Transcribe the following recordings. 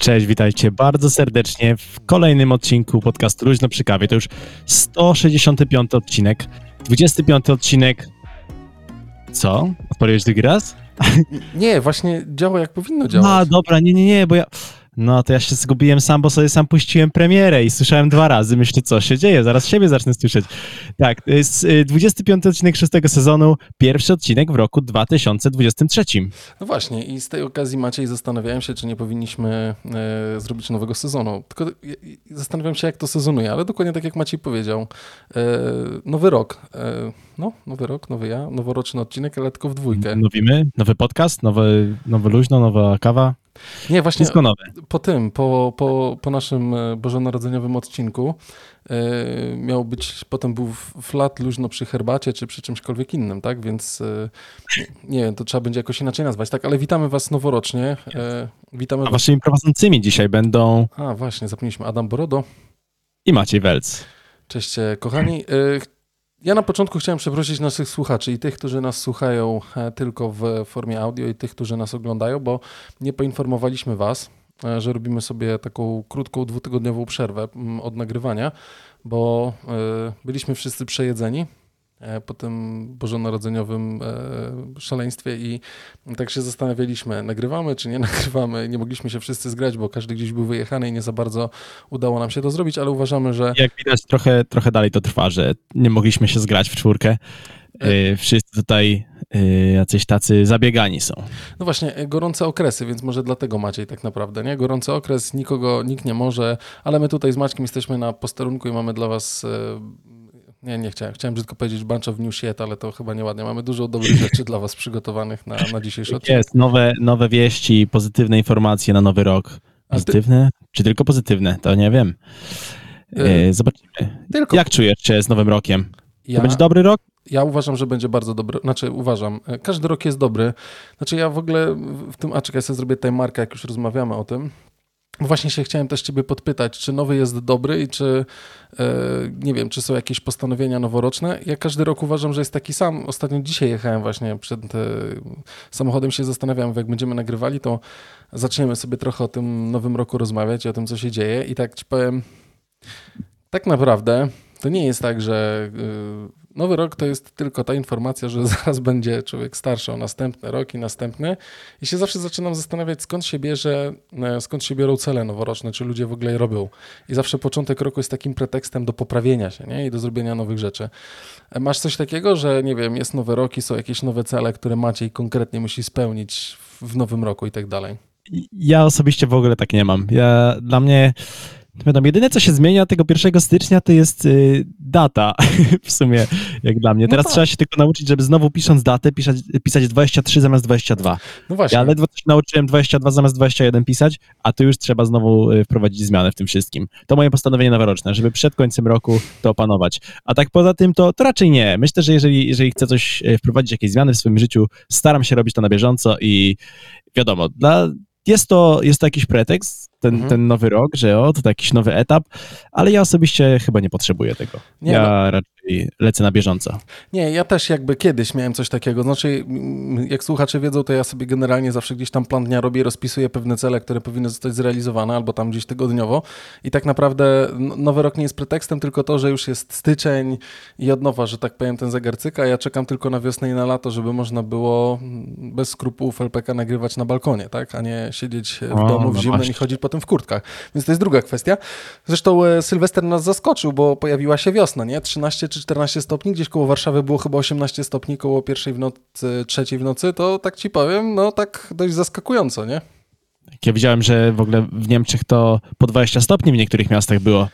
Cześć, witajcie bardzo serdecznie w kolejnym odcinku podcastu Luźno przy kawie. To już 165 odcinek, 25 odcinek. Co? Odpaliłeś drugi raz? Nie, właśnie działa jak powinno działać. A, dobra, nie, bo ja... No to ja się zgubiłem sam, bo sobie sam puściłem premierę i słyszałem 2 razy. Myślę, co się dzieje, zaraz siebie zacznę słyszeć. Tak, to jest 25 odcinek 6 sezonu, pierwszy odcinek w roku 2023. No właśnie i z tej okazji, Maciej, zastanawiałem się, czy nie powinniśmy zrobić nowego sezonu. Tylko zastanawiam się, jak to sezonuje, ale dokładnie tak jak Maciej powiedział. Nowy rok. Nowy rok, nowy ja, noworoczny odcinek, ale tylko w dwójkę. Nowimy, nowy podcast, nowe luźno, nowa kawa. Nie, właśnie Wszystko nowe. Po naszym bożonarodzeniowym odcinku potem był flat luźno przy herbacie, czy przy czymśkolwiek innym, tak? Więc nie wiem, to trzeba będzie jakoś inaczej nazwać, tak? Ale witamy was noworocznie. A waszymi prowadzącymi dzisiaj będą... A właśnie, zapomnieliśmy, Adam Borodo i Maciej Welc. Cześć, kochani. Ja na początku chciałem przeprosić naszych słuchaczy i tych, którzy nas słuchają tylko w formie audio i tych, którzy nas oglądają, bo nie poinformowaliśmy was, że robimy sobie taką krótką 2-tygodniową przerwę od nagrywania, bo byliśmy wszyscy przejedzeni po tym bożonarodzeniowym szaleństwie i tak się zastanawialiśmy, nagrywamy czy nie nagrywamy. Nie mogliśmy się wszyscy zgrać, bo każdy gdzieś był wyjechany i nie za bardzo udało nam się to zrobić, ale uważamy, że... Jak widać, trochę dalej to trwa, że nie mogliśmy się zgrać w czwórkę. Wszyscy tutaj jacyś tacy zabiegani są. No właśnie, gorące okresy, więc może dlatego Maciej tak naprawdę, nie? Gorący okres, nikt nie może, ale my tutaj z Maćkiem jesteśmy na posterunku i mamy dla was... Nie chciałem brzydko powiedzieć bunch of new shit, ale to chyba nieładnie. Mamy dużo dobrych rzeczy dla was przygotowanych na dzisiejszy odcinek. Jest, nowe wieści, pozytywne informacje na nowy rok. Pozytywne? Czy tylko pozytywne? To nie wiem. Zobaczymy. Jak czujesz się z nowym rokiem? To będzie dobry rok? Ja uważam, że będzie bardzo dobry. Każdy rok jest dobry. Ja w ogóle w tym... Czekaj, sobie zrobię tutaj markę, jak już rozmawiamy o tym. Właśnie się chciałem też ciebie podpytać, czy nowy jest dobry i czy, nie wiem, czy są jakieś postanowienia noworoczne. Ja każdy rok uważam, że jest taki sam. Ostatnio dzisiaj jechałem właśnie przed samochodem, się zastanawiam, jak będziemy nagrywali, to zaczniemy sobie trochę o tym nowym roku rozmawiać i o tym, co się dzieje. I tak ci powiem, tak naprawdę to nie jest tak, że nowy rok to jest tylko ta informacja, że zaraz będzie człowiek starszy o następny rok i następny. I się zawsze zaczynam zastanawiać, skąd się biorą cele noworoczne, czy ludzie w ogóle je robią. I zawsze początek roku jest takim pretekstem do poprawienia się, nie? I do zrobienia nowych rzeczy. Masz coś takiego, że nie wiem, jest nowy rok i są jakieś nowe cele, które Maciej konkretnie musi spełnić w nowym roku i tak dalej? Ja osobiście w ogóle tak nie mam. Dla mnie... Wiadomo, jedyne, co się zmienia tego 1 stycznia, to jest data w sumie, jak dla mnie. Teraz trzeba się tylko nauczyć, żeby znowu pisząc datę, pisać 23 zamiast 22. No właśnie. Ja ledwo się nauczyłem 22 zamiast 21 pisać, a tu już trzeba znowu wprowadzić zmianę w tym wszystkim. To moje postanowienie noworoczne, żeby przed końcem roku to opanować. A tak poza tym, to raczej nie. Myślę, że jeżeli chcę coś wprowadzić, jakieś zmiany w swoim życiu, staram się robić to na bieżąco i wiadomo, jest to jakiś pretekst, ten nowy rok, że to jakiś nowy etap, ale ja osobiście chyba nie potrzebuję tego. Raczej lecę na bieżąco. Nie, ja też jakby kiedyś miałem coś takiego. Znaczy, jak słuchacze wiedzą, to ja sobie generalnie zawsze gdzieś tam plan dnia robię, rozpisuję pewne cele, które powinny zostać zrealizowane, albo tam gdzieś tygodniowo. I tak naprawdę nowy rok nie jest pretekstem, tylko to, że już jest styczeń i od nowa, że tak powiem, ten zegar cyka. Ja czekam tylko na wiosnę i na lato, żeby można było bez skrupułów LPK nagrywać na balkonie, tak? A nie siedzieć w domu w zimno i chodzić potem w kurtkach. Więc to jest druga kwestia. Zresztą Sylwester nas zaskoczył, bo pojawiła się wiosna, nie? 13 czy 14 stopni, gdzieś koło Warszawy było chyba 18 stopni, koło 1 w nocy, 3 w nocy, to tak ci powiem, tak dość zaskakująco, nie? Ja widziałem, że w ogóle w Niemczech to po 20 stopni w niektórych miastach było.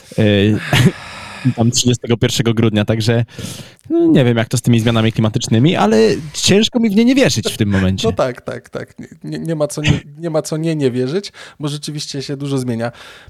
Tam 31 grudnia, także nie wiem, jak to z tymi zmianami klimatycznymi, ale ciężko mi w nie wierzyć w tym momencie. No tak. Nie ma co nie wierzyć, bo rzeczywiście się dużo zmienia.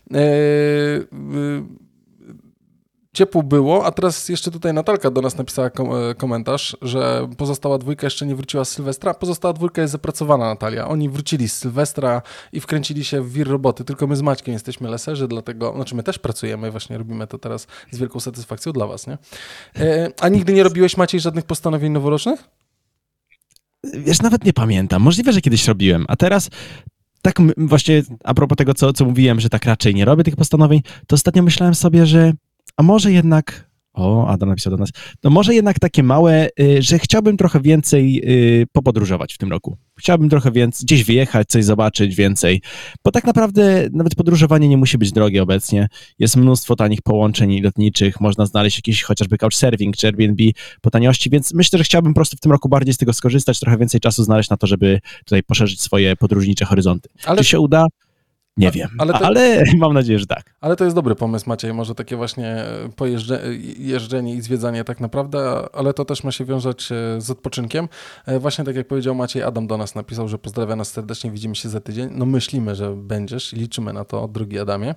Ciepło było, a teraz jeszcze tutaj Natalka do nas napisała komentarz, że pozostała dwójka jeszcze nie wróciła z Sylwestra. Pozostała dwójka jest zapracowana, Natalia. Oni wrócili z Sylwestra i wkręcili się w wir roboty. Tylko my z Maćkiem jesteśmy leserzy, dlatego, my też pracujemy, właśnie robimy to teraz z wielką satysfakcją dla was, nie? A nigdy nie robiłeś, Maciej, żadnych postanowień noworocznych? Wiesz, nawet nie pamiętam. Możliwe, że kiedyś robiłem, a teraz tak właśnie a propos tego, co mówiłem, że tak raczej nie robię tych postanowień, to ostatnio myślałem sobie, że a może jednak... O, Adam napisał do nas. No może jednak takie małe, że chciałbym trochę więcej popodróżować w tym roku. Chciałbym trochę więcej, gdzieś wyjechać, coś zobaczyć więcej, bo tak naprawdę nawet podróżowanie nie musi być drogie obecnie. Jest mnóstwo tanich połączeń lotniczych, można znaleźć jakiś chociażby couchsurfing czy Airbnb po taniości, więc myślę, że chciałbym po prostu w tym roku bardziej z tego skorzystać, trochę więcej czasu znaleźć na to, żeby tutaj poszerzyć swoje podróżnicze horyzonty. Czy się uda? Nie wiem, ale mam nadzieję, że tak. Ale to jest dobry pomysł, Maciej, może takie właśnie jeżdżenie i zwiedzanie tak naprawdę, ale to też ma się wiązać z odpoczynkiem. Właśnie tak jak powiedział Maciej, Adam do nas napisał, że pozdrawia nas serdecznie, widzimy się za tydzień. No myślimy, że będziesz i liczymy na to, drogi Adamie.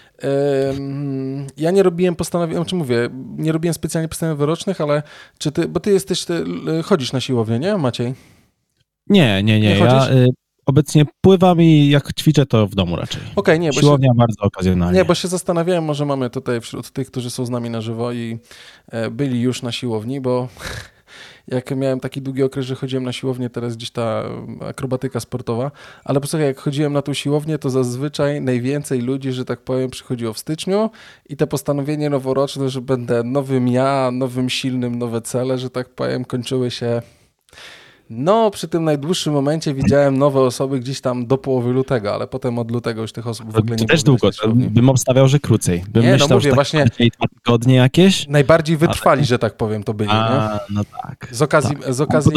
Ja nie robiłem postanowień, nie robiłem specjalnie postanowień wyrocznych, ale bo ty chodzisz na siłownię, nie, Maciej? Nie. Ja obecnie pływam i jak ćwiczę, to w domu raczej. Okej, nie, siłownia bardzo okazjonalnie. Nie, bo się zastanawiałem, może mamy tutaj wśród tych, którzy są z nami na żywo i byli już na siłowni, bo jak miałem taki długi okres, że chodziłem na siłownię, teraz gdzieś ta akrobatyka sportowa, ale posłuchaj, jak chodziłem na tą siłownię, to zazwyczaj najwięcej ludzi, że tak powiem, przychodziło w styczniu i te postanowienie noworoczne, że będę nowym ja, nowym silnym, nowe cele, że tak powiem, kończyły się... No, przy tym najdłuższym momencie widziałem nowe osoby gdzieś tam do połowy lutego, ale potem od lutego już tych osób w ogóle nie było. Też długo, bym obstawiał, że krócej. Bym myślał, mówię, że właśnie 2 tygodnie jakieś. Najbardziej wytrwali, że tak powiem, to byli. Nie? No tak. Z okazji...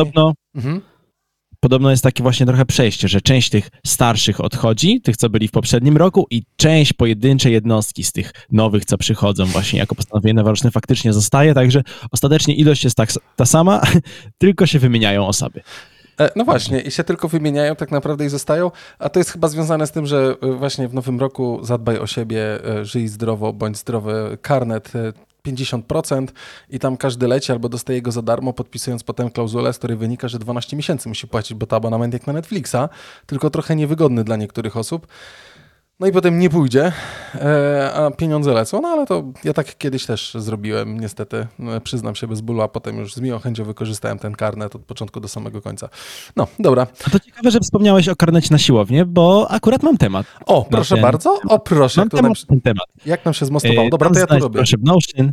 Podobno jest takie właśnie trochę przejście, że część tych starszych odchodzi, tych, co byli w poprzednim roku i część pojedynczej jednostki z tych nowych, co przychodzą właśnie jako postanowienie noworoczne faktycznie zostaje, także ostatecznie ilość jest ta sama, tylko się wymieniają osoby. No właśnie, i się tylko wymieniają tak naprawdę i zostają, a to jest chyba związane z tym, że właśnie w nowym roku zadbaj o siebie, żyj zdrowo, bądź zdrowy, karnet 50% i tam każdy leci albo dostaje go za darmo, podpisując potem klauzulę, z której wynika, że 12 miesięcy musi płacić, bo to abonament jak na Netflixa, tylko trochę niewygodny dla niektórych osób. No i potem nie pójdzie, a pieniądze lecą, no ale to ja tak kiedyś też zrobiłem, niestety, przyznam się bez bólu, a potem już z miłą chęcią wykorzystałem ten karnet od początku do samego końca. No, dobra. A to ciekawe, że wspomniałeś o karnecie na siłownię, bo akurat mam temat. O, proszę bardzo, o proszę. Mam temat. Jak nam się zmostowało? Dobra, to ja to robię. Proszę, Notion.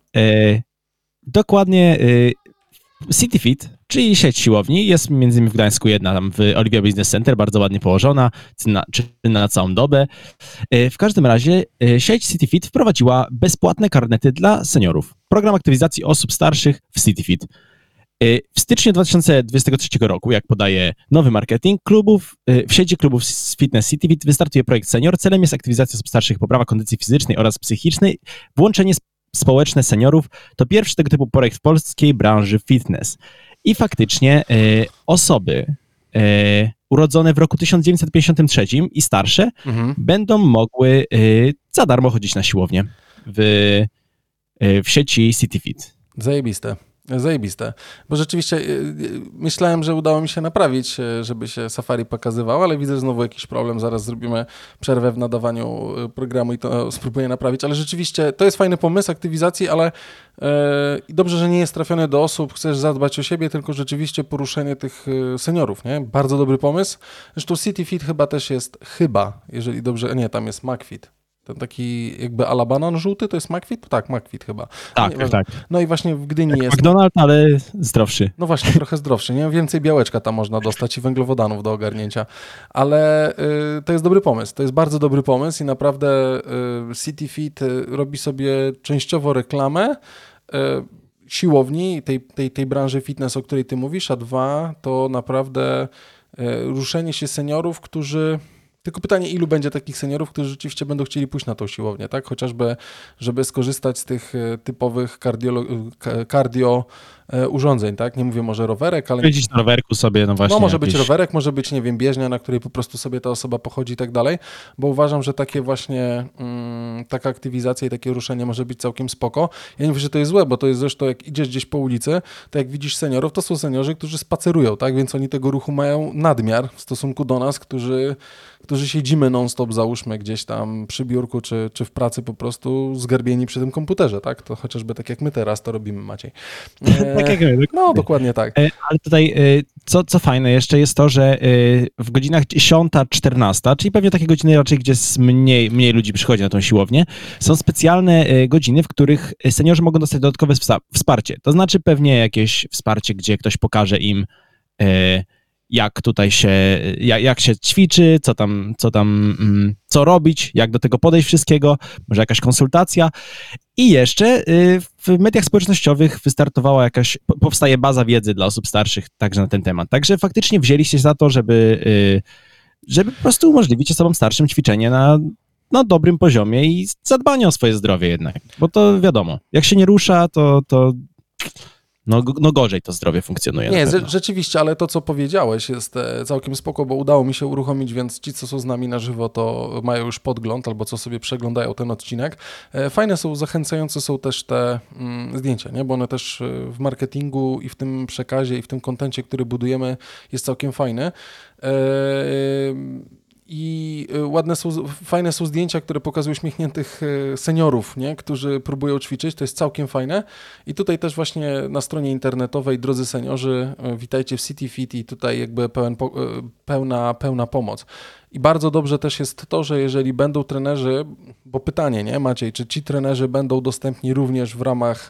Dokładnie CityFit, czyli sieć siłowni, jest między innymi w Gdańsku jedna, tam w Oliwia Business Center, bardzo ładnie położona, na całą dobę. W każdym razie sieć CityFit wprowadziła bezpłatne karnety dla seniorów. Program aktywizacji osób starszych w CityFit. W styczniu 2023 roku, jak podaje nowy marketing, w sieci klubów Fitness CityFit wystartuje projekt Senior. Celem jest aktywizacja osób starszych, poprawa kondycji fizycznej oraz psychicznej, włączenie społeczne seniorów. To pierwszy tego typu projekt w polskiej branży fitness. I faktycznie osoby urodzone w roku 1953 i starsze będą mogły za darmo chodzić na siłownię w sieci CityFit. Zajebiste, bo rzeczywiście myślałem, że udało mi się naprawić, żeby się Safari pokazywało, ale widzę znowu jakiś problem, zaraz zrobimy przerwę w nadawaniu programu i to spróbuję naprawić, ale rzeczywiście to jest fajny pomysł aktywizacji, ale dobrze, że nie jest trafiony do osób, chcesz zadbać o siebie, tylko rzeczywiście poruszenie tych seniorów, nie? Bardzo dobry pomysł, zresztą CityFit chyba też jest, jeżeli dobrze, nie, tam jest McFit. Ten taki jakby ala banan żółty, to jest McFit? Tak, McFit chyba. Tak. No i właśnie w Gdyni jest... McDonald's, ale zdrowszy. No właśnie, trochę zdrowszy, nie? Więcej białeczka tam można dostać i węglowodanów do ogarnięcia. Ale to jest dobry pomysł, to jest bardzo dobry pomysł i naprawdę CityFit robi sobie częściowo reklamę siłowni, tej branży fitness, o której ty mówisz, a dwa, to naprawdę ruszenie się seniorów, którzy... Tylko pytanie, ilu będzie takich seniorów, którzy rzeczywiście będą chcieli pójść na tą siłownię, tak? Chociażby, żeby skorzystać z tych typowych cardio urządzeń, tak? Nie mówię może rowerek, ale... Jeździć na rowerku sobie, no właśnie. No może być rowerek, może być, nie wiem, bieżnia, na której po prostu sobie ta osoba pochodzi i tak dalej, bo uważam, że takie właśnie, taka aktywizacja i takie ruszenie może być całkiem spoko. Ja nie mówię, że to jest złe, bo to jest zresztą, jak idziesz gdzieś po ulicy, to jak widzisz seniorów, to są seniorzy, którzy spacerują, tak? Więc oni tego ruchu mają nadmiar w stosunku do nas, którzy którzy siedzimy non-stop, załóżmy gdzieś tam przy biurku, czy w pracy po prostu zgarbieni przy tym komputerze, tak? To chociażby tak jak my teraz to robimy, Maciej. Tak jak my. No, dokładnie tak. Ale tutaj, co fajne jeszcze jest to, że w godzinach 10-14, czyli pewnie takie godziny raczej, gdzie mniej ludzi przychodzi na tą siłownię, są specjalne godziny, w których seniorzy mogą dostać dodatkowe wsparcie. To znaczy pewnie jakieś wsparcie, gdzie ktoś pokaże im, jak tutaj jak się ćwiczy, co robić, jak do tego podejść wszystkiego, może jakaś konsultacja. I jeszcze w mediach społecznościowych powstaje baza wiedzy dla osób starszych także na ten temat. Także faktycznie wzięliście się za to, żeby po prostu umożliwić osobom starszym ćwiczenie na dobrym poziomie i zadbanie o swoje zdrowie jednak. Bo to wiadomo, jak się nie rusza, to gorzej to zdrowie funkcjonuje. Nie, rzeczywiście, ale to, co powiedziałeś, jest całkiem spoko, bo udało mi się uruchomić, więc ci, co są z nami na żywo, to mają już podgląd, albo co sobie przeglądają ten odcinek. Fajne są, zachęcające są też te zdjęcia, nie? Bo one też w marketingu i w tym przekazie i w tym kontencie, który budujemy, jest całkiem fajne. I fajne są zdjęcia, które pokazują uśmiechniętych seniorów, nie? Którzy próbują ćwiczyć, to jest całkiem fajne. I tutaj też właśnie na stronie internetowej, drodzy seniorzy, witajcie w City Fit i tutaj jakby pełna pomoc. I bardzo dobrze też jest to, że jeżeli będą trenerzy, bo pytanie, nie, Maciej, czy ci trenerzy będą dostępni również w ramach...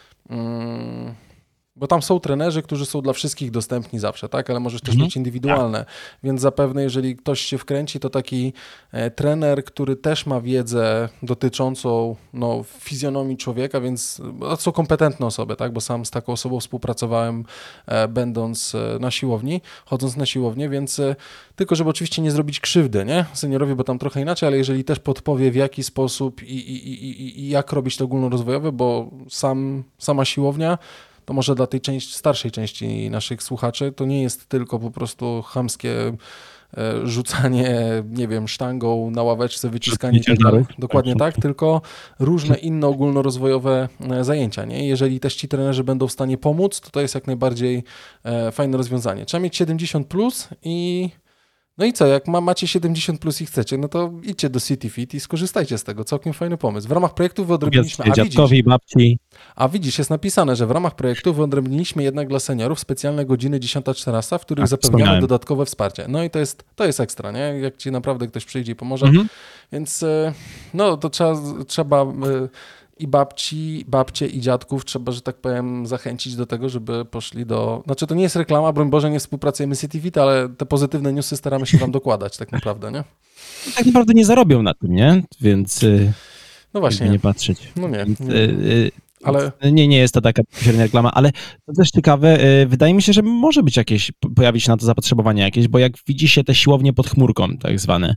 Bo tam są trenerzy, którzy są dla wszystkich dostępni zawsze, tak? Ale możesz też mieć indywidualne. Więc zapewne, jeżeli ktoś się wkręci, to taki trener, który też ma wiedzę dotyczącą fizjonomii człowieka, więc to są kompetentne osoby, tak? Bo sam z taką osobą współpracowałem, będąc na siłowni, chodząc na siłownię, więc tylko żeby oczywiście nie zrobić krzywdy, nie? Seniorowi, bo tam trochę inaczej, ale jeżeli też podpowie, w jaki sposób i jak robić to ogólnorozwojowe, bo sama siłownia, to może dla tej starszej części naszych słuchaczy to nie jest tylko po prostu chamskie rzucanie, nie wiem, sztangą na ławeczce, wyciskanie ciężarów. Dokładnie tak, tylko różne inne ogólnorozwojowe zajęcia, nie? Jeżeli też ci trenerzy będą w stanie pomóc, to jest jak najbardziej fajne rozwiązanie. Trzeba mieć 70+ i... No i co, jak macie 70+ i chcecie, no to idźcie do City Fit i skorzystajcie z tego. Całkiem fajny pomysł. W ramach projektu wyodrębniliśmy... Dziadkowi, babci. A widzisz, jest napisane, że w ramach projektu wyodrębniliśmy jednak dla seniorów specjalne godziny 10-14, w których zapewniamy dodatkowe wsparcie. No i to jest ekstra, nie? Jak ci naprawdę ktoś przyjdzie i pomoże. Więc to trzeba i babcie i dziadków trzeba, że tak powiem, zachęcić do tego, żeby poszli do... Znaczy to nie jest reklama, broń Boże, nie współpracujemy z CityFit, ale te pozytywne newsy staramy się wam dokładać tak naprawdę, nie? Tak naprawdę nie zarobią na tym, nie? Więc no właśnie. Nie patrzeć. No nie. Więc, ale... Nie jest to taka średnia reklama, ale to też ciekawe, wydaje mi się, że może być pojawi się na to zapotrzebowanie jakieś, bo jak widzi się te siłownie pod chmurką, tak zwane,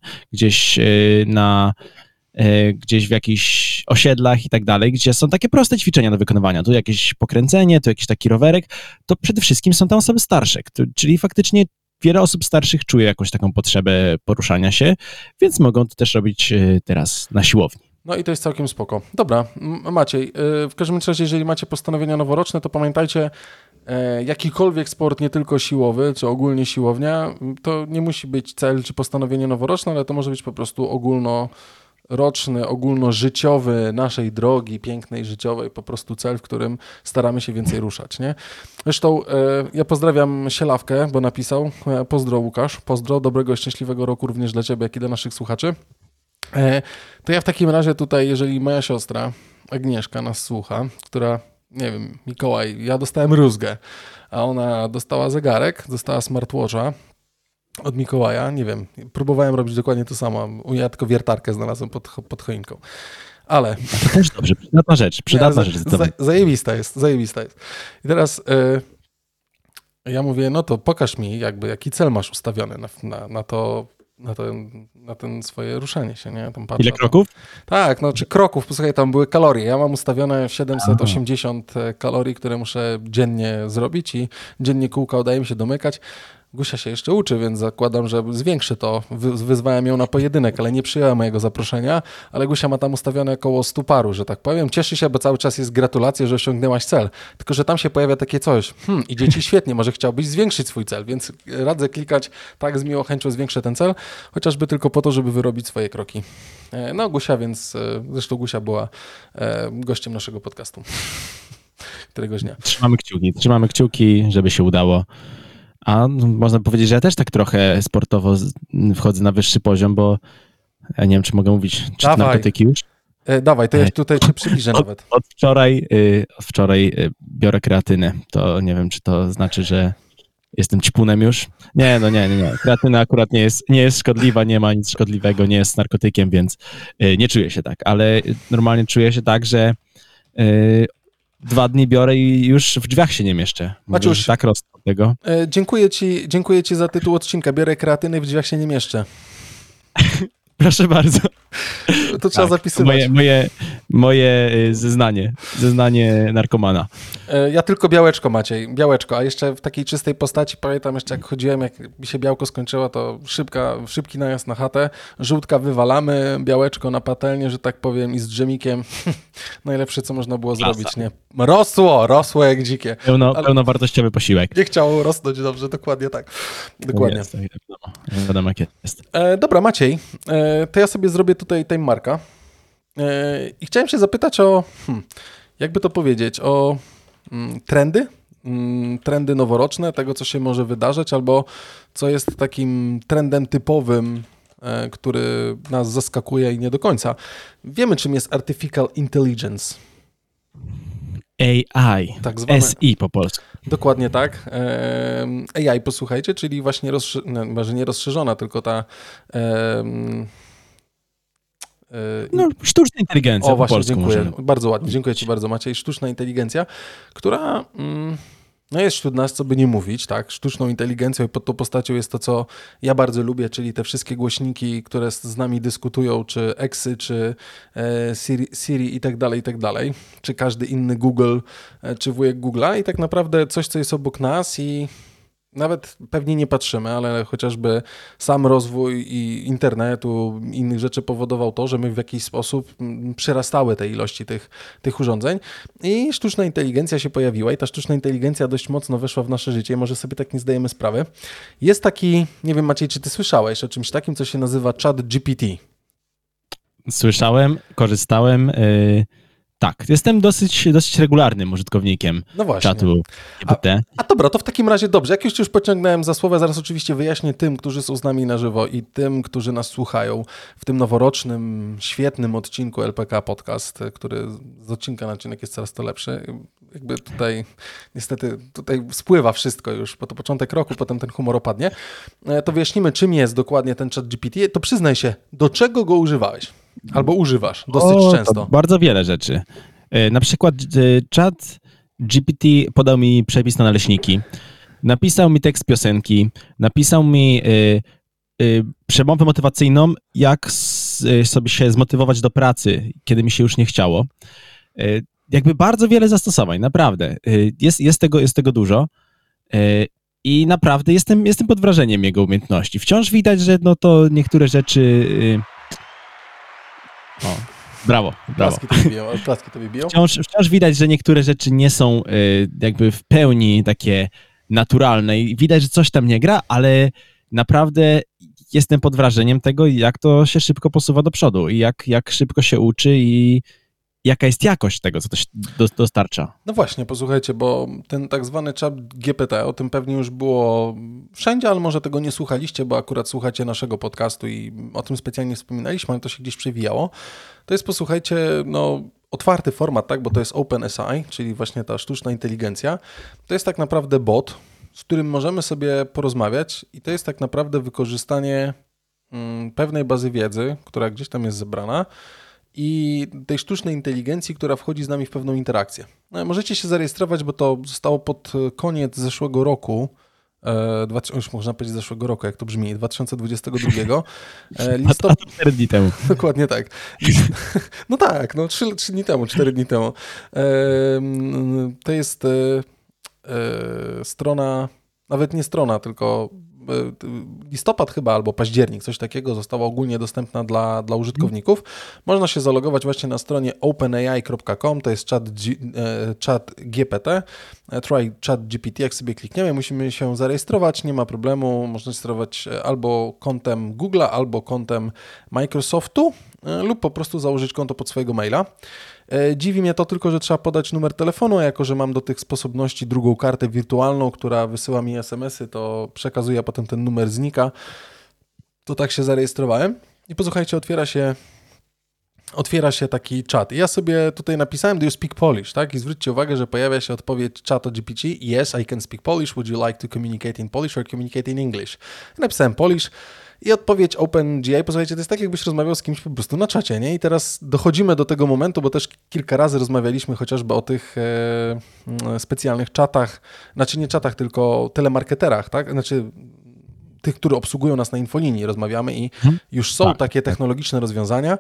gdzieś w jakichś osiedlach i tak dalej, gdzie są takie proste ćwiczenia do wykonywania. Tu jakieś pokręcenie, tu jakiś taki rowerek, to przede wszystkim są tam osoby starsze, czyli faktycznie wiele osób starszych czuje jakąś taką potrzebę poruszania się, więc mogą to też robić teraz na siłowni. No i to jest całkiem spoko. Dobra, Maciej, w każdym razie, jeżeli macie postanowienia noworoczne, to pamiętajcie, jakikolwiek sport, nie tylko siłowy, czy ogólnie siłownia, to nie musi być cel czy postanowienie noworoczne, ale to może być po prostu ogólnoroczny, ogólnożyciowy naszej drogi, pięknej, życiowej, po prostu cel, w którym staramy się więcej ruszać, nie? Zresztą ja pozdrawiam Sielawkę, bo napisał, pozdro Łukasz, pozdro, dobrego i szczęśliwego roku również dla ciebie, jak i dla naszych słuchaczy. To ja w takim razie tutaj, jeżeli moja siostra Agnieszka nas słucha, która, nie wiem, Mikołaj, ja dostałem rózgę, a ona dostała zegarek, dostała smartwatcha od Mikołaja, nie wiem, próbowałem robić dokładnie to samo, ja tylko wiertarkę znalazłem pod choinką, ale... To też dobrze, przydatna rzecz. Zajebista jest. I teraz ja mówię, no to pokaż mi jakby, jaki cel masz ustawiony na ten swoje ruszanie się, nie? Tam patrzę, ile kroków? Tak, no czy kroków, posłuchaj, tam były kalorie. Ja mam ustawione 780 kalorii, które muszę dziennie zrobić i dziennie kółka udaje mi się domykać. Gusia się jeszcze uczy, więc zakładam, że zwiększy to. Wyzwałem ją na pojedynek, ale nie przyjęła mojego zaproszenia, ale Gusia ma tam ustawione około 100 paru, że tak powiem. Cieszy się, bo cały czas jest gratulacje, że osiągnęłaś cel. Tylko że tam się pojawia takie coś. Idzie ci świetnie, może chciałbyś zwiększyć swój cel, więc radzę klikać tak z miłą chęcią zwiększę ten cel, chociażby tylko po to, żeby wyrobić swoje kroki. No Gusia, więc zresztą Gusia była gościem naszego podcastu któregoś dnia. Trzymamy kciuki, żeby się udało. A można powiedzieć, że ja też tak trochę sportowo wchodzę na wyższy poziom, bo ja nie wiem, czy mogę mówić, czy to narkotyki już? Dawaj, to ja tutaj cię przybliżę nawet. Od wczoraj biorę kreatynę. To nie wiem, czy to znaczy, że jestem ćpunem już. Nie. Kreatyna akurat nie jest szkodliwa, nie ma nic szkodliwego, nie jest narkotykiem, więc nie czuję się tak. Ale normalnie czuję się tak, że 2 dni biorę i już w drzwiach się nie mieszczę. Maciuś, tak rosnę od tego. Dziękuję ci za tytuł odcinka. Biorę kreatynę i w drzwiach się nie mieszczę. Proszę bardzo. To trzeba zapisywać. Moje zeznanie narkomana. Ja tylko białeczko, Maciej, białeczko, a jeszcze w takiej czystej postaci, pamiętam jeszcze jak chodziłem, jak mi się białko skończyło, to szybki najazd na chatę, żółtka wywalamy, białeczko na patelnię, że tak powiem, i z dżemikiem. Najlepsze, co można było zrobić, nie? Rosło jak dzikie. Pełnowartościowy posiłek. Nie chciało rosnąć dobrze, dokładnie tak. Dokładnie. Jest, wiadomo jak jest. Dobra, Maciej, to ja sobie zrobię tutaj time marka i chciałem się zapytać o, jakby to powiedzieć, o trendy noworoczne, tego, co się może wydarzyć, albo co jest takim trendem typowym, który nas zaskakuje i nie do końca. Wiemy, czym jest Artificial Intelligence. AI, tak zwane, SI po polsku. Dokładnie tak. AI, posłuchajcie, czyli właśnie może nie rozszerzona, tylko ta... sztuczna inteligencja. O, właśnie, dziękuję. Bardzo ładnie. Dziękuję ci bardzo, Maciej. Sztuczna inteligencja, która jest wśród nas, co by nie mówić, tak? Sztuczną inteligencją i pod tą postacią jest to, co ja bardzo lubię, czyli te wszystkie głośniki, które z nami dyskutują, czy Exy, czy Siri i tak dalej, czy każdy inny Google, czy wujek Google'a i tak naprawdę coś, co jest obok nas i nawet pewnie nie patrzymy, ale chociażby sam rozwój i internetu, innych rzeczy powodował to, że my w jakiś sposób przyrastały te ilości tych urządzeń i sztuczna inteligencja się pojawiła i ta sztuczna inteligencja dość mocno weszła w nasze życie, może sobie tak nie zdajemy sprawy. Jest taki, nie wiem Maciej, czy ty słyszałeś o czymś takim, co się nazywa ChatGPT? Słyszałem, korzystałem. Tak, jestem dosyć regularnym użytkownikiem czatu GPT. A dobra, to w takim razie dobrze. Jak już pociągnąłem za słowa, zaraz oczywiście wyjaśnię tym, którzy są z nami na żywo i tym, którzy nas słuchają w tym noworocznym, świetnym odcinku LPK Podcast, który z odcinka na odcinek jest coraz to lepszy. Jakby tutaj niestety spływa wszystko już, bo to początek roku, potem ten humor opadnie. To wyjaśnimy, czym jest dokładnie ten ChatGPT. To przyznaj się, do czego go używałeś? Albo używasz dosyć często. Bardzo wiele rzeczy. Na przykład ChatGPT podał mi przepis na naleśniki, napisał mi tekst piosenki, napisał mi przemowę motywacyjną, jak sobie się zmotywować do pracy, kiedy mi się już nie chciało. Jakby bardzo wiele zastosowań, naprawdę. Jest tego dużo. I naprawdę jestem pod wrażeniem jego umiejętności. Wciąż widać, że to niektóre rzeczy... O, brawo. Klaski to biją. Wciąż widać, że niektóre rzeczy nie są jakby w pełni takie naturalne i widać, że coś tam nie gra, ale naprawdę jestem pod wrażeniem tego, jak to się szybko posuwa do przodu i jak szybko się uczy i jaka jest jakość tego, co to się dostarcza. No właśnie, posłuchajcie, bo ten tak zwany chat GPT, o tym pewnie już było wszędzie, ale może tego nie słuchaliście, bo akurat słuchacie naszego podcastu i o tym specjalnie wspominaliśmy, ale to się gdzieś przewijało. To jest, posłuchajcie, otwarty format, tak, bo to jest OpenAI, czyli właśnie ta sztuczna inteligencja. To jest tak naprawdę bot, z którym możemy sobie porozmawiać i to jest tak naprawdę wykorzystanie pewnej bazy wiedzy, która gdzieś tam jest zebrana, i tej sztucznej inteligencji, która wchodzi z nami w pewną interakcję. Możecie się zarejestrować, bo to zostało pod koniec zeszłego roku, już można powiedzieć zeszłego roku, jak to brzmi, 2022. A to 4 dni temu. Dokładnie tak. No tak, 3 dni temu, 4 dni temu. To jest strona, nawet nie strona, tylko listopad chyba albo październik, coś takiego, została ogólnie dostępna dla użytkowników. Można się zalogować właśnie na stronie openai.com, to jest czat GPT, try chat GPT, jak sobie klikniemy, musimy się zarejestrować, nie ma problemu, można się sterować albo kontem Google'a, albo kontem Microsoftu lub po prostu założyć konto pod swojego maila. Dziwi mnie to tylko, że trzeba podać numer telefonu, a jako że mam do tych sposobności drugą kartę wirtualną, która wysyła mi SMS-y, to przekazuję, a potem ten numer znika. To tak się zarejestrowałem. I posłuchajcie, otwiera się taki czat. I ja sobie tutaj napisałem, do you speak Polish, tak? I zwróćcie uwagę, że pojawia się odpowiedź ChatGPT, yes, I can speak Polish, would you like to communicate in Polish or communicate in English? I napisałem Polish. I odpowiedź OpenGI, posłuchajcie, to jest tak, jakbyś rozmawiał z kimś po prostu na czacie, nie? I teraz dochodzimy do tego momentu, bo też kilka razy rozmawialiśmy chociażby o tych specjalnych czatach, znaczy nie czatach, tylko telemarketerach, tak? Znaczy tych, które obsługują nas na infolinii, rozmawiamy i już są takie technologiczne rozwiązania,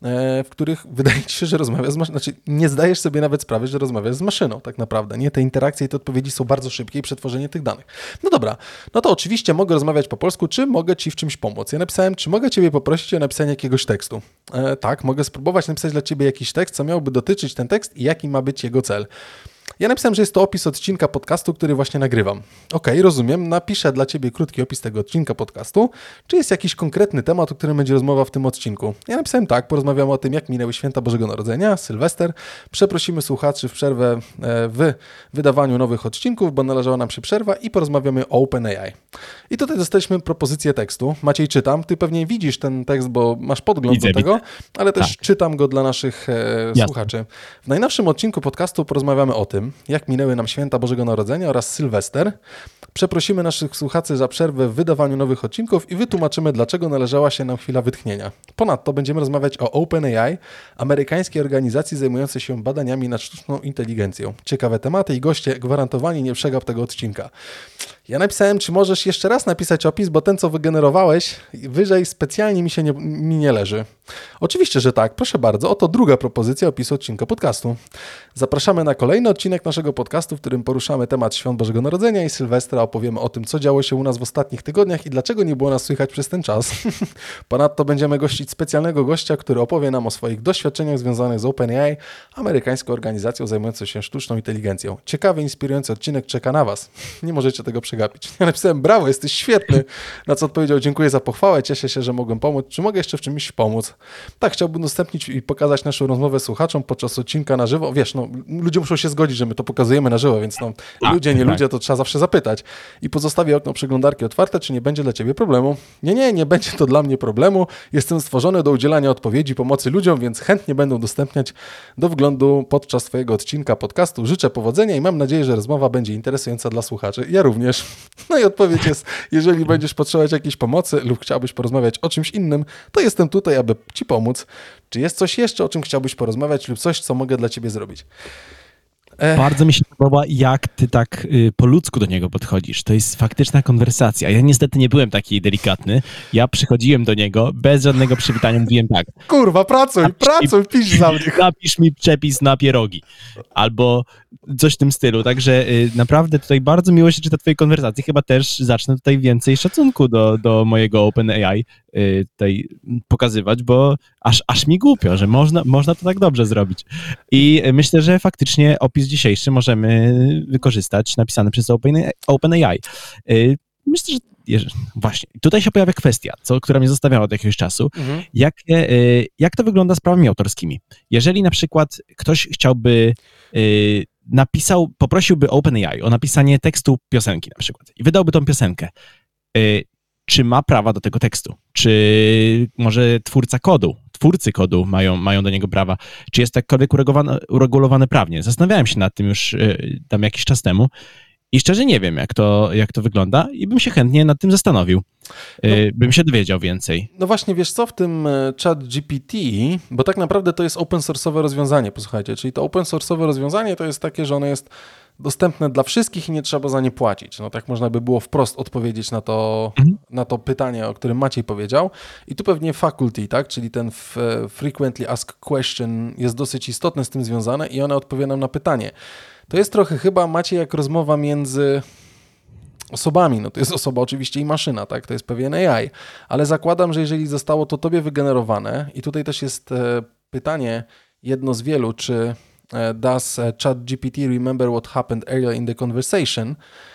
w których wydaje ci się, że rozmawiasz z maszyną, znaczy nie zdajesz sobie nawet sprawy, że rozmawiasz z maszyną tak naprawdę, nie? Te interakcje i te odpowiedzi są bardzo szybkie i przetworzenie tych danych. No dobra, no to oczywiście mogę rozmawiać po polsku, czy mogę ci w czymś pomóc? Ja napisałem, czy mogę ciebie poprosić o napisanie jakiegoś tekstu? Tak, mogę spróbować napisać dla ciebie jakiś tekst, co miałby dotyczyć ten tekst i jaki ma być jego cel. Ja napisałem, że jest to opis odcinka podcastu, który właśnie nagrywam. Okej, rozumiem, napiszę dla ciebie krótki opis tego odcinka podcastu. Czy jest jakiś konkretny temat, o którym będzie rozmowa w tym odcinku? Ja napisałem tak, porozmawiamy o tym, jak minęły święta Bożego Narodzenia, Sylwester. Przeprosimy słuchaczy w przerwę w wydawaniu nowych odcinków, bo należała nam się przerwa i porozmawiamy o OpenAI. I tutaj dostaliśmy propozycję tekstu. Maciej, czytam. Ty pewnie widzisz ten tekst, bo masz podgląd do tego, ale też czytam go dla naszych słuchaczy. W najnowszym odcinku podcastu porozmawiamy o tym, jak minęły nam święta Bożego Narodzenia oraz Sylwester. Przeprosimy naszych słuchaczy za przerwę w wydawaniu nowych odcinków i wytłumaczymy, dlaczego należała się nam chwila wytchnienia. Ponadto będziemy rozmawiać o OpenAI, amerykańskiej organizacji zajmującej się badaniami nad sztuczną inteligencją. Ciekawe tematy i goście, gwarantowani, nie przegap tego odcinka. Ja napisałem, czy możesz jeszcze raz napisać opis, bo ten, co wygenerowałeś, wyżej specjalnie mi nie leży. Oczywiście, że tak. Proszę bardzo. Oto druga propozycja opisu odcinka podcastu. Zapraszamy na kolejny odcinek naszego podcastu, w którym poruszamy temat Świąt Bożego Narodzenia i Sylwestra. Opowiemy o tym, co działo się u nas w ostatnich tygodniach i dlaczego nie było nas słychać przez ten czas. Ponadto będziemy gościć specjalnego gościa, który opowie nam o swoich doświadczeniach związanych z OpenAI, amerykańską organizacją zajmującą się sztuczną inteligencją. Ciekawy, inspirujący odcinek czeka na Was. Nie możecie tego przegapić. Ja napisałem, brawo, jesteś świetny. Na co odpowiedział, dziękuję za pochwałę, cieszę się, że mogłem pomóc. Czy mogę jeszcze w czymś pomóc? Tak, chciałbym udostępnić i pokazać naszą rozmowę słuchaczom podczas odcinka na żywo. Wiesz, no, ludzie muszą się zgodzić, że my to pokazujemy na żywo, więc no, ludzie, nie ludzie, to trzeba zawsze zapytać. I pozostawię okno przeglądarki otwarte, czy nie będzie dla ciebie problemu. Nie będzie to dla mnie problemu. Jestem stworzony do udzielania odpowiedzi, pomocy ludziom, więc chętnie będę udostępniać do wglądu podczas twojego odcinka podcastu. Życzę powodzenia i mam nadzieję, że rozmowa będzie interesująca dla słuchaczy. Ja również. No i odpowiedź jest, jeżeli będziesz potrzebować jakiejś pomocy lub chciałbyś porozmawiać o czymś innym, to jestem tutaj, aby ci pomóc. Czy jest coś jeszcze, o czym chciałbyś porozmawiać lub coś, co mogę dla ciebie zrobić? Bardzo mi się podoba, jak ty tak po ludzku do niego podchodzisz. To jest faktyczna konwersacja. Ja niestety nie byłem taki delikatny. Ja przychodziłem do niego bez żadnego przywitania, mówiłem tak. Kurwa, pracuj, pisz za mnie. Napisz mi przepis na pierogi. Albo coś w tym stylu. Także naprawdę tutaj bardzo miło się czyta twojej konwersacji. Chyba też zacznę tutaj więcej szacunku do mojego OpenAI tutaj pokazywać, bo aż mi głupio, że można to tak dobrze zrobić. I myślę, że faktycznie opis dzisiejszy możemy wykorzystać, napisany przez OpenAI. Myślę, że właśnie, tutaj się pojawia kwestia, która mnie zostawiała od jakiegoś czasu. Jak to wygląda z prawami autorskimi? Jeżeli na przykład ktoś chciałby poprosiłby OpenAI o napisanie tekstu piosenki na przykład i wydałby tą piosenkę, czy ma prawa do tego tekstu? Czy może twórcy kodu mają do niego prawa? Czy jest jakkolwiek uregulowane prawnie? Zastanawiałem się nad tym już tam jakiś czas temu i szczerze nie wiem, jak to wygląda i bym się chętnie nad tym zastanowił. Bym się dowiedział więcej. No właśnie, wiesz co, w tym ChatGPT, bo tak naprawdę to jest open source'owe rozwiązanie, posłuchajcie, czyli to open source'owe rozwiązanie to jest takie, że ono jest dostępne dla wszystkich i nie trzeba za nie płacić. No tak można by było wprost odpowiedzieć na to pytanie, o którym Maciej powiedział. I tu pewnie faculty, tak, czyli ten frequently asked question jest dosyć istotny z tym związane i one odpowie nam na pytanie. To jest trochę chyba, Maciej, jak rozmowa między osobami. No to jest osoba oczywiście i maszyna, tak? To jest pewien AI. Ale zakładam, że jeżeli zostało to tobie wygenerowane i tutaj też jest pytanie, jedno z wielu, czy does ChatGPT remember what happened earlier in the conversation?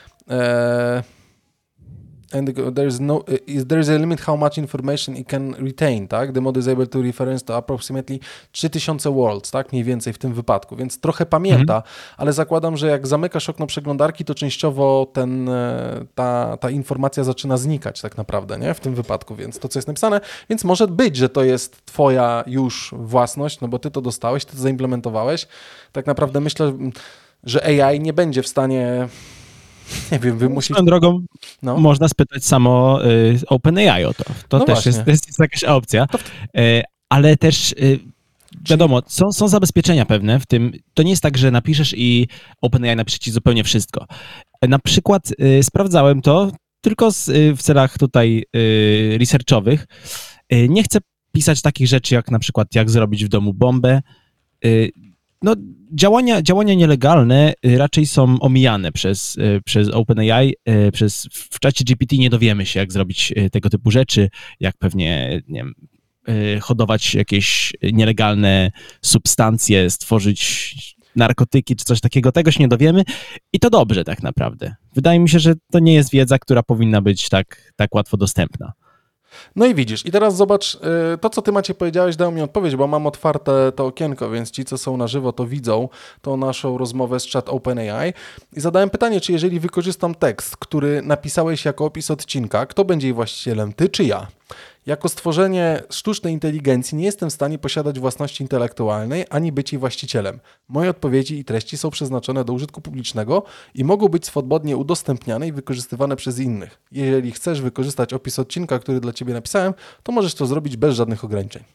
And there is a limit how much information it can retain, tak? The model is able to reference to approximately 3000 words, tak? Mniej więcej w tym wypadku, więc trochę pamięta, ale zakładam, że jak zamykasz okno przeglądarki, to częściowo ta informacja zaczyna znikać tak naprawdę, nie? W tym wypadku, więc to, co jest napisane, więc może być, że to jest twoja już własność, no bo ty to dostałeś, ty to zaimplementowałeś. Tak naprawdę myślę, że AI nie będzie w stanie... Nie wiem, wymusić... Swoją drogą można spytać samo OpenAI o to. To no też jest jakaś opcja. Ale też wiadomo, są zabezpieczenia pewne w tym. To nie jest tak, że napiszesz i OpenAI napisze ci zupełnie wszystko. Na przykład sprawdzałem to tylko w celach tutaj researchowych. Nie chcę pisać takich rzeczy, jak na przykład jak zrobić w domu bombę. No, działania nielegalne raczej są omijane przez OpenAI. W czacie GPT nie dowiemy się, jak zrobić tego typu rzeczy, jak pewnie, nie wiem, hodować jakieś nielegalne substancje, stworzyć narkotyki czy coś takiego. Tego się nie dowiemy i to dobrze tak naprawdę. Wydaje mi się, że to nie jest wiedza, która powinna być tak łatwo dostępna. No i widzisz, i teraz zobacz, to co ty Maciej powiedziałeś, dał mi odpowiedź, bo mam otwarte to okienko, więc ci, co są na żywo, to widzą tą naszą rozmowę z Chat OpenAI i zadałem pytanie, czy jeżeli wykorzystam tekst, który napisałeś jako opis odcinka, kto będzie jej właścicielem, ty czy ja? Jako stworzenie sztucznej inteligencji nie jestem w stanie posiadać własności intelektualnej, ani być jej właścicielem. Moje odpowiedzi i treści są przeznaczone do użytku publicznego i mogą być swobodnie udostępniane i wykorzystywane przez innych. Jeżeli chcesz wykorzystać opis odcinka, który dla ciebie napisałem, to możesz to zrobić bez żadnych ograniczeń.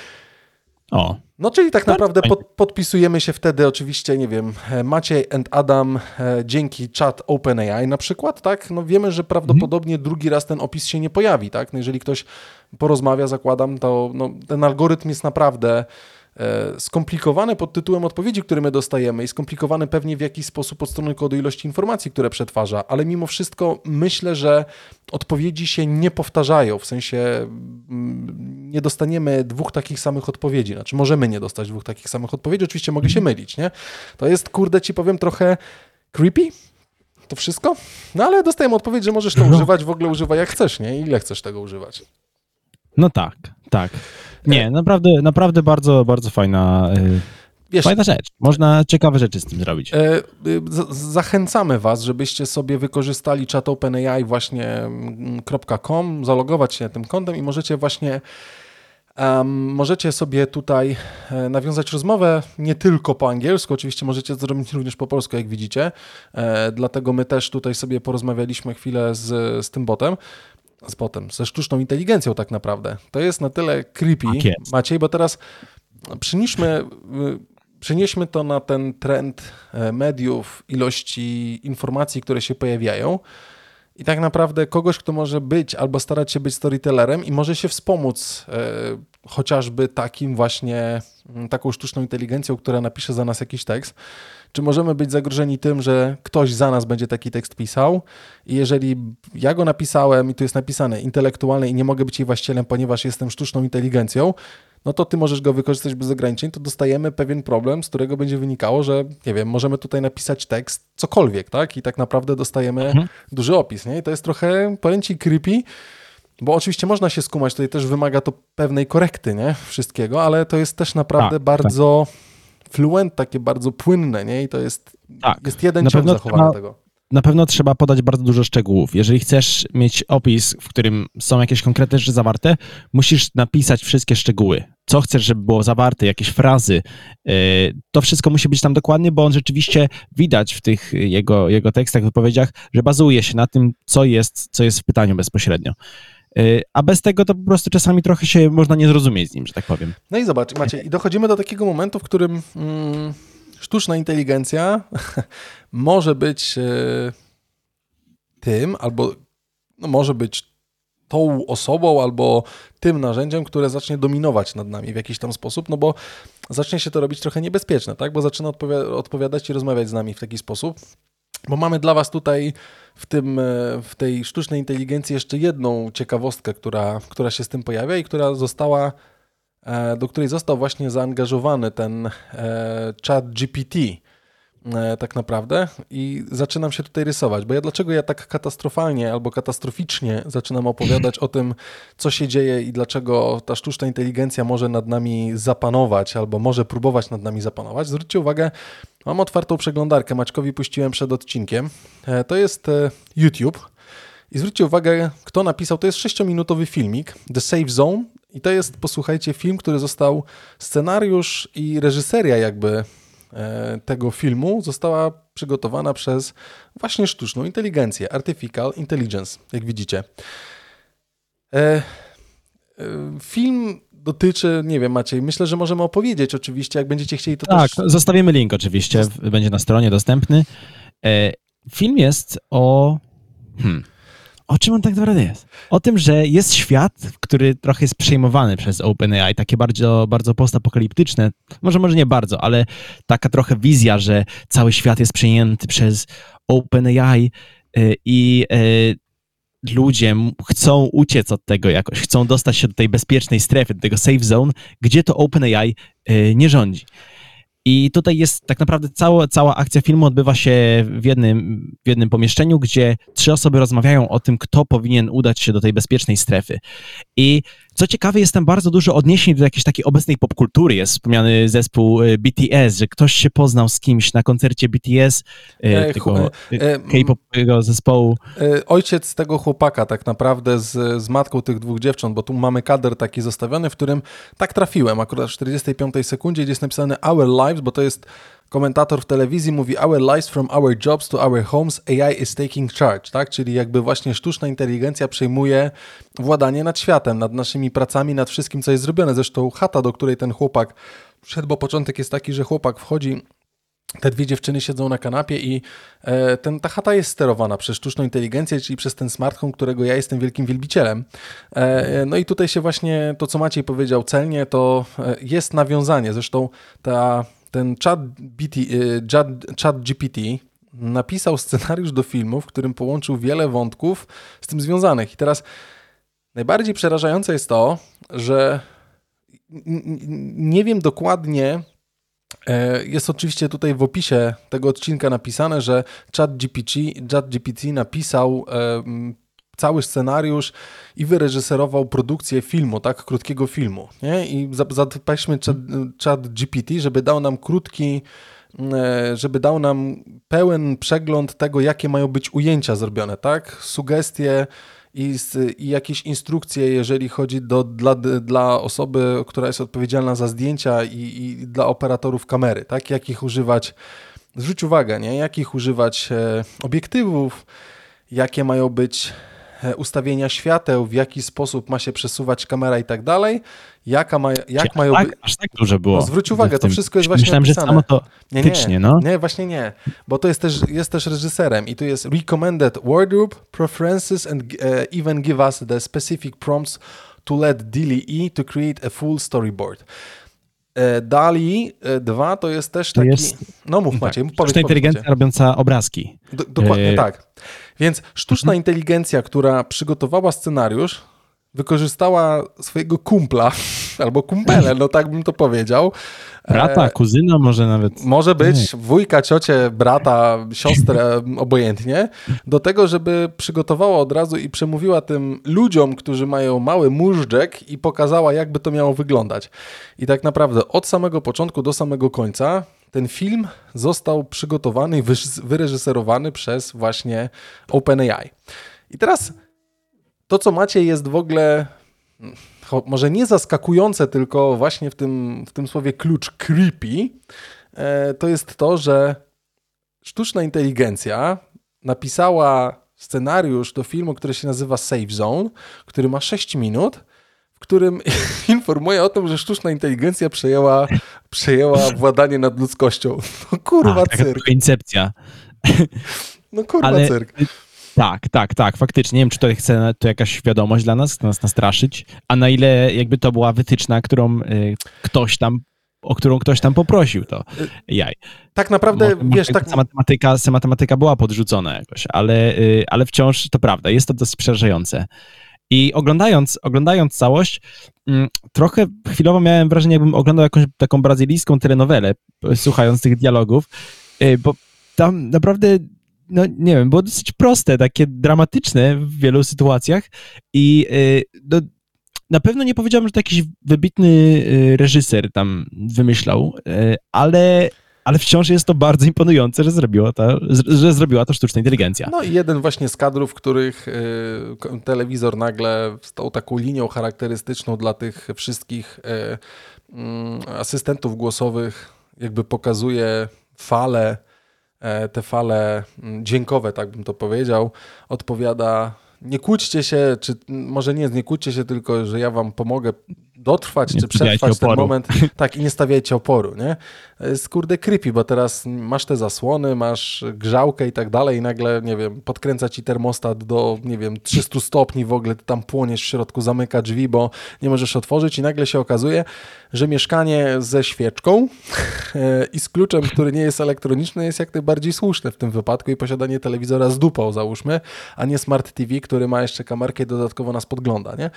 No czyli tak naprawdę podpisujemy się wtedy oczywiście, nie wiem, Maciej and Adam dzięki Chat OpenAI na przykład, tak? No wiemy, że prawdopodobnie drugi raz ten opis się nie pojawi, tak? No jeżeli ktoś porozmawia, zakładam, to ten algorytm jest naprawdę skomplikowany pod tytułem odpowiedzi, które my dostajemy i skomplikowany pewnie w jakiś sposób od strony kodu ilości informacji, które przetwarza, ale mimo wszystko myślę, że odpowiedzi się nie powtarzają, w sensie nie dostaniemy dwóch takich samych odpowiedzi, znaczy możemy nie dostać dwóch takich samych odpowiedzi, oczywiście mogę się mylić, nie? To jest, kurde, ci powiem, trochę creepy, to wszystko, no ale dostajemy odpowiedź, że możesz to używać, w ogóle używaj jak chcesz, nie? Ile chcesz tego używać. No tak. Nie, naprawdę bardzo, bardzo fajna rzecz. Można ciekawe rzeczy z tym zrobić. Zachęcamy was, żebyście sobie wykorzystali Chat OpenAI właśnie .com, zalogować się tym kontem i możecie sobie tutaj nawiązać rozmowę nie tylko po angielsku, oczywiście możecie to zrobić również po polsku, jak widzicie, dlatego my też tutaj sobie porozmawialiśmy chwilę z tym botem. Ze sztuczną inteligencją tak naprawdę. To jest na tyle creepy, Maciej, bo teraz przenieśmy to na ten trend mediów, ilości informacji, które się pojawiają i tak naprawdę kogoś, kto może być albo starać się być storytellerem i może się wspomóc chociażby taką sztuczną inteligencją, która napisze za nas jakiś tekst. Czy możemy być zagrożeni tym, że ktoś za nas będzie taki tekst pisał i jeżeli ja go napisałem i tu jest napisane intelektualne i nie mogę być jej właścicielem, ponieważ jestem sztuczną inteligencją, no to ty możesz go wykorzystać bez ograniczeń, to dostajemy pewien problem, z którego będzie wynikało, że nie wiem, możemy tutaj napisać tekst, cokolwiek, tak? I tak naprawdę dostajemy duży opis, nie? I to jest trochę, powiem ci, creepy, bo oczywiście można się skumać, tutaj też wymaga to pewnej korekty, nie? Wszystkiego, ale to jest też naprawdę bardzo fluent, takie bardzo płynne, nie? I to jest jeden ciąg zachowania tego. Na pewno trzeba podać bardzo dużo szczegółów. Jeżeli chcesz mieć opis, w którym są jakieś konkretne rzeczy zawarte, musisz napisać wszystkie szczegóły. Co chcesz, żeby było zawarte, jakieś frazy. To wszystko musi być tam dokładnie, bo on rzeczywiście widać w tych jego tekstach, wypowiedziach, że bazuje się na tym, co jest w pytaniu bezpośrednio. A bez tego to po prostu czasami trochę się można nie zrozumieć z nim, że tak powiem. No i zobacz, Maciej, i dochodzimy do takiego momentu, w którym sztuczna inteligencja może być tym, albo może być tą osobą, albo tym narzędziem, które zacznie dominować nad nami w jakiś tam sposób, no bo zacznie się to robić trochę niebezpieczne, tak? Bo zaczyna odpowiadać i rozmawiać z nami w taki sposób, bo mamy dla was tutaj w tej sztucznej inteligencji jeszcze jedną ciekawostkę, która się z tym pojawia i do której został właśnie zaangażowany ten ChatGPT tak naprawdę i zaczynam się tutaj rysować, bo dlaczego ja tak katastrofalnie albo katastroficznie zaczynam opowiadać o tym, co się dzieje i dlaczego ta sztuczna inteligencja może nad nami zapanować albo może próbować nad nami zapanować. Zwróćcie uwagę, mam otwartą przeglądarkę, Maćkowi puściłem przed odcinkiem, to jest YouTube i zwróćcie uwagę, kto napisał, to jest 6-minutowy filmik, The Safe Zone i to jest, posłuchajcie, film, który został, scenariusz i reżyseria jakby tego filmu została przygotowana przez właśnie sztuczną inteligencję, Artificial Intelligence, jak widzicie. Film dotyczy, nie wiem Maciej, myślę, że możemy opowiedzieć oczywiście, jak będziecie chcieli to tak, też... zostawimy link oczywiście, będzie na stronie dostępny. Film jest o czym on tak naprawdę jest? O tym, że jest świat, który trochę jest przejmowany przez OpenAI, takie bardzo, bardzo postapokaliptyczne, może nie bardzo, ale taka trochę wizja, że cały świat jest przejęty przez OpenAI i ludzie chcą uciec od tego jakoś, chcą dostać się do tej bezpiecznej strefy, do tego safe zone, gdzie to OpenAI nie rządzi. I tutaj jest tak naprawdę cała akcja filmu odbywa się w jednym pomieszczeniu, gdzie 3 osoby rozmawiają o tym, kto powinien udać się do tej bezpiecznej strefy. I co ciekawe, jest tam bardzo dużo odniesień do jakiejś takiej obecnej popkultury. Jest wspomniany zespół BTS, że ktoś się poznał z kimś na koncercie BTS, tego K-popowego zespołu. Ojciec tego chłopaka tak naprawdę z matką tych 2 dziewcząt, bo tu mamy kadr taki zostawiony, w którym tak trafiłem, akurat w 45 sekundzie, gdzie jest napisane Our Lives, bo to jest komentator w telewizji, mówi Our lives from our jobs to our homes, AI is taking charge, tak? Czyli jakby właśnie sztuczna inteligencja przejmuje władanie nad światem, nad naszymi pracami, nad wszystkim, co jest zrobione. Zresztą chata, do której ten chłopak wszedł, bo początek jest taki, że chłopak wchodzi, te 2 dziewczyny siedzą na kanapie i ta chata jest sterowana przez sztuczną inteligencję, czyli przez ten smart home, którego ja jestem wielkim wielbicielem. No i tutaj się właśnie to, co Maciej powiedział celnie, to jest nawiązanie. Zresztą ten ChatGPT napisał scenariusz do filmu, w którym połączył wiele wątków z tym związanych. I teraz najbardziej przerażające jest to, że nie wiem dokładnie, jest oczywiście tutaj w opisie tego odcinka napisane, że ChatGPT napisał cały scenariusz i wyreżyserował produkcję filmu, tak, krótkiego filmu, nie? I zapytaliśmy ChatGPT, żeby dał nam pełen przegląd tego, jakie mają być ujęcia zrobione, tak? Sugestie i jakieś instrukcje, jeżeli chodzi dla osoby, która jest odpowiedzialna za zdjęcia i dla operatorów kamery, tak? Jakich używać, zwróć uwagę, nie? Jakich używać obiektywów, jakie mają być ustawienia świateł, w jaki sposób ma się przesuwać kamera i tak dalej, jak mają być... Aż tak dużo było. No, zwróć uwagę, to wszystko jest właśnie myślałem, napisane. że samo to faktycznie, Nie, właśnie nie, bo to jest też reżyserem i tu jest recommended wardrobe, preferences and even give us the specific prompts to let DALL-E to create a full storyboard. DALL-E 2 to jest też taki... No mów Maciej, powiedz. Sztuczna inteligencja robiąca obrazki. Dokładnie tak. Więc sztuczna inteligencja, która przygotowała scenariusz, wykorzystała swojego kumpla, albo kumpelę, no tak bym to powiedział. Brata, kuzyna może nawet. Może być, wujka, ciocię, brata, siostrę, obojętnie, do tego, żeby przygotowała od razu i przemówiła tym ludziom, którzy mają mały móżdżek i pokazała, jakby to miało wyglądać. I tak naprawdę od samego początku do samego końca ten film został przygotowany i wyreżyserowany przez właśnie OpenAI. I teraz to, co macie, jest w ogóle może nie zaskakujące, tylko właśnie w tym słowie klucz creepy, to jest to, że sztuczna inteligencja napisała scenariusz do filmu, który się nazywa Safe Zone, który ma 6 minut, w którym informuje o tym, że sztuczna inteligencja przejęła władanie nad ludzkością. No kurwa, cyrk. Incepcja. No kurwa, cyrk. Tak, faktycznie. Nie wiem, czy to chce to jakaś wiadomość dla nas, chce nas nastraszyć, a na ile jakby to była wytyczna, którą ktoś tam o którą ktoś tam poprosił to AI. Tak naprawdę, wiesz, tak... Matematyka była podrzucona jakoś, ale wciąż to prawda, jest to dosyć przerażające. I oglądając całość, trochę chwilowo miałem wrażenie, jakbym oglądał jakąś taką brazylijską telenowelę, słuchając tych dialogów, bo tam naprawdę, no nie wiem, było dosyć proste, takie dramatyczne w wielu sytuacjach i na pewno nie powiedziałbym, że to jakiś wybitny reżyser tam wymyślał, ale wciąż jest to bardzo imponujące, że zrobiła to sztuczna inteligencja. No i jeden właśnie z kadrów, w których telewizor nagle stał taką linią charakterystyczną dla tych wszystkich asystentów głosowych, jakby pokazuje te fale dźwiękowe, tak bym to powiedział, odpowiada: nie kłóćcie się, czy może nie kłóćcie się, tylko że ja wam pomogę dotrwać, czy przetrwać ten moment. Tak, i nie stawiajcie oporu, nie? Jest kurde creepy, bo teraz masz te zasłony, masz grzałkę i tak dalej i nagle, nie wiem, podkręca ci termostat do, nie wiem, 300 stopni w ogóle, ty tam płoniesz w środku, zamyka drzwi, bo nie możesz otworzyć i nagle się okazuje, że mieszkanie ze świeczką i z kluczem, który nie jest elektroniczny, jest jak najbardziej słuszne w tym wypadku i posiadanie telewizora z dupą, załóżmy, a nie Smart TV, który ma jeszcze kamerkę i dodatkowo nas podgląda, nie?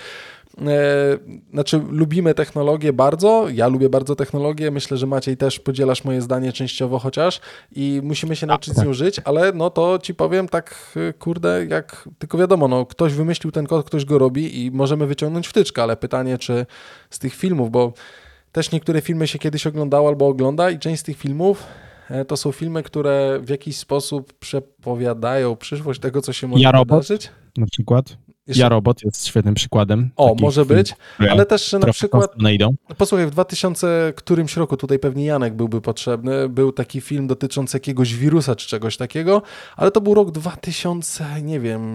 Znaczy lubimy technologię bardzo, ja lubię bardzo technologię, myślę, że Maciej też podzielasz moje zdanie częściowo chociaż i musimy się nauczyć z nią żyć, ale no to ci powiem tak, kurde, jak tylko wiadomo, no ktoś wymyślił ten kod, ktoś go robi i możemy wyciągnąć wtyczkę, ale pytanie, czy z tych filmów, bo też niektóre filmy się kiedyś oglądało albo ogląda i część z tych filmów to są filmy, które w jakiś sposób przepowiadają przyszłość tego, co się może wydarzyć. Na przykład. Ja Robot jest świetnym przykładem. O, może być, ale też na przykład, posłuchaj, w 2000 którymś roku, tutaj pewnie Janek byłby potrzebny, był taki film dotyczący jakiegoś wirusa czy czegoś takiego, ale to był rok 2000, nie wiem,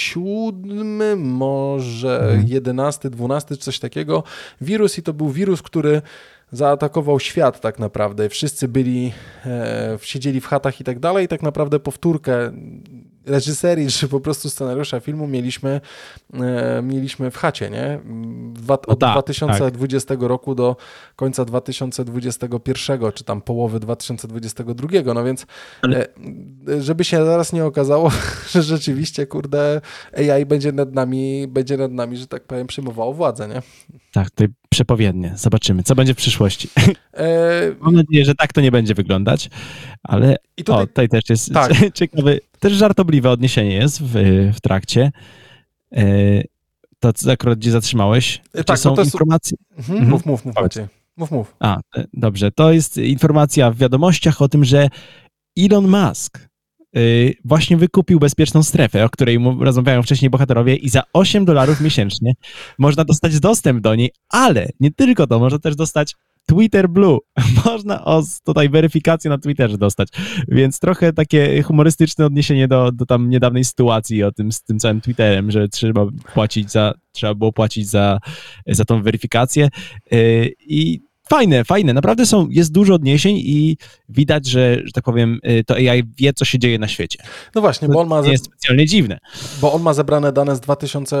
7, może 11, 12 czy coś takiego. Wirus i to był wirus, który zaatakował świat tak naprawdę. Wszyscy siedzieli w chatach i tak dalej i tak naprawdę powtórkę reżyserii, czy po prostu scenariusza filmu mieliśmy w chacie, nie? Od 2020 roku do końca 2021, czy tam połowy 2022, no więc żeby się zaraz nie okazało, że rzeczywiście, kurde, AI będzie nad nami, że tak powiem, przyjmowało władzę, nie? Tak, tutaj przepowiednie. Zobaczymy, co będzie w przyszłości. Mam nadzieję, że tak to nie będzie wyglądać, ale tutaj też jest ciekawy, też żartobliwe odniesienie jest w trakcie. To akurat gdzie zatrzymałeś? Tak, są to informacje? Mów, Maciej. Mów. Dobrze. To jest informacja w wiadomościach o tym, że Elon Musk właśnie wykupił bezpieczną strefę, o której rozmawiają wcześniej bohaterowie i za $8 miesięcznie można dostać dostęp do niej, ale nie tylko to, można też dostać Twitter Blue. Można tutaj weryfikację na Twitterze dostać, więc trochę takie humorystyczne odniesienie do tam niedawnej sytuacji z tym całym Twitterem, że trzeba było płacić za tą weryfikację i fajne, naprawdę jest dużo odniesień i widać, że tak powiem, to AI wie, co się dzieje na świecie. No właśnie, bo on ma... nie jest specjalnie dziwne. Bo on ma zebrane dane z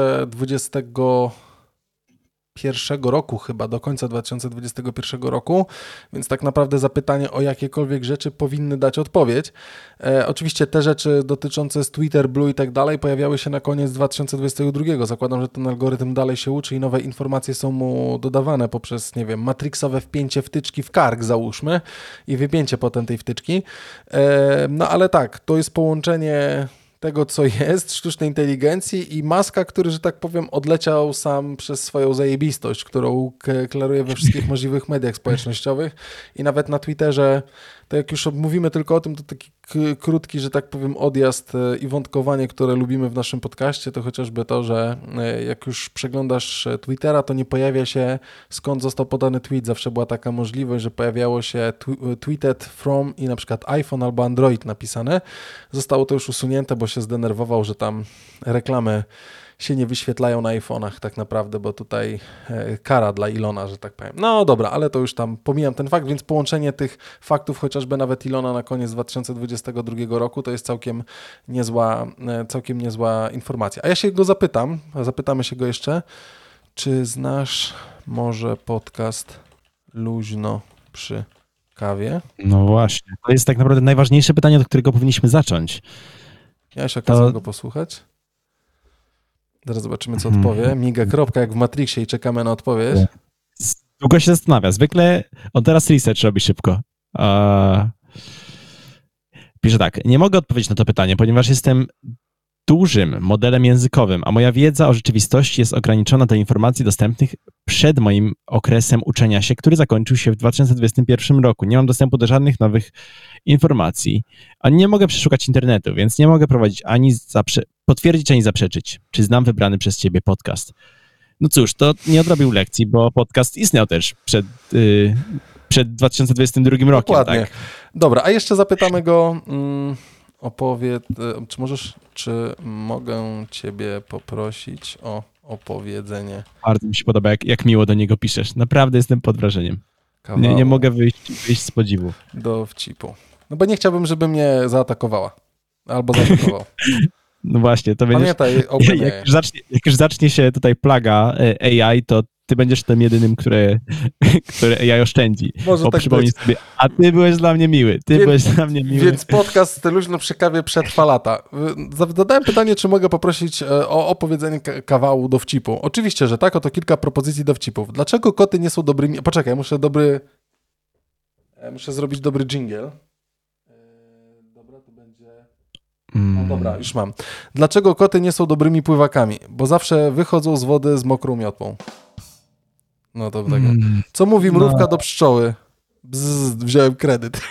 2021 roku chyba, do końca 2021 roku, więc tak naprawdę zapytanie o jakiekolwiek rzeczy powinny dać odpowiedź. Oczywiście te rzeczy dotyczące z Twitter Blue i tak dalej pojawiały się na koniec 2022. Zakładam, że ten algorytm dalej się uczy i nowe informacje są mu dodawane poprzez, nie wiem, matrixowe wpięcie wtyczki w kark, załóżmy, i wypięcie potem tej wtyczki. No ale tak, to jest połączenie tego, co jest, sztucznej inteligencji i Muska, który, że tak powiem, odleciał sam przez swoją zajebistość, którą klaruje we wszystkich możliwych mediach społecznościowych i nawet na Twitterze, tak jak już mówimy tylko o tym, to taki krótki, że tak powiem, odjazd i wątkowanie, które lubimy w naszym podcaście, to chociażby to, że jak już przeglądasz Twittera, to nie pojawia się, skąd został podany tweet. Zawsze była taka możliwość, że pojawiało się tweeted from i na przykład iPhone albo Android napisane. Zostało to już usunięte, bo się zdenerwował, że tam reklamy się nie wyświetlają na iPhone'ach tak naprawdę, bo tutaj kara dla Ilona, że tak powiem. No dobra, ale to już tam pomijam ten fakt, więc połączenie tych faktów, chociażby nawet Ilona na koniec 2022 roku, to jest całkiem niezła informacja. A ja się go zapytamy się go jeszcze, czy znasz może podcast Luźno przy kawie? No właśnie. To jest tak naprawdę najważniejsze pytanie, do którego powinniśmy zacząć. Miałeś okazję go posłuchać? Zaraz zobaczymy, co odpowie. Miga kropka jak w Matrixie i czekamy na odpowiedź. Długo się zastanawia. Zwykle on teraz research robi szybko. Pisze tak, nie mogę odpowiedzieć na to pytanie, ponieważ jestem dużym modelem językowym, a moja wiedza o rzeczywistości jest ograniczona do informacji dostępnych przed moim okresem uczenia się, który zakończył się w 2021 roku. Nie mam dostępu do żadnych nowych informacji, a nie mogę przeszukać internetu, więc nie mogę prowadzić potwierdzić ani zaprzeczyć, czy znam wybrany przez ciebie podcast. No cóż, to nie odrobił lekcji, bo podcast istniał też przed 2022 rokiem. Dokładnie. Tak? Dobra, a jeszcze zapytamy go, czy mogę ciebie poprosić o opowiedzenie? Bardzo mi się podoba, jak miło do niego piszesz. Naprawdę jestem pod wrażeniem. Nie mogę wyjść z podziwu. Dowcipu. No bo nie chciałbym, żeby mnie zaatakowała. Albo zaatakował. No właśnie, to będziesz... Pamiętaj, jak już zacznie się tutaj plaga AI, to ty będziesz tym jedynym, który AI oszczędzi. Może bo tak przypomnij sobie, a ty byłeś dla mnie miły, Więc podcast Luźno przy kawie przetrwa lata. Zadałem pytanie, czy mogę poprosić o opowiedzenie kawału dowcipu. Oczywiście, że tak, oto kilka propozycji dowcipów. Dlaczego koty nie są dobrymi... Poczekaj, muszę zrobić dobry dżingiel. Dobra, to będzie... No dobra, już mam. Dlaczego koty nie są dobrymi pływakami? Bo zawsze wychodzą z wody z mokrą miotłą. No to tego. Co mówi mrówka do pszczoły? Bzz, wziąłem kredyt.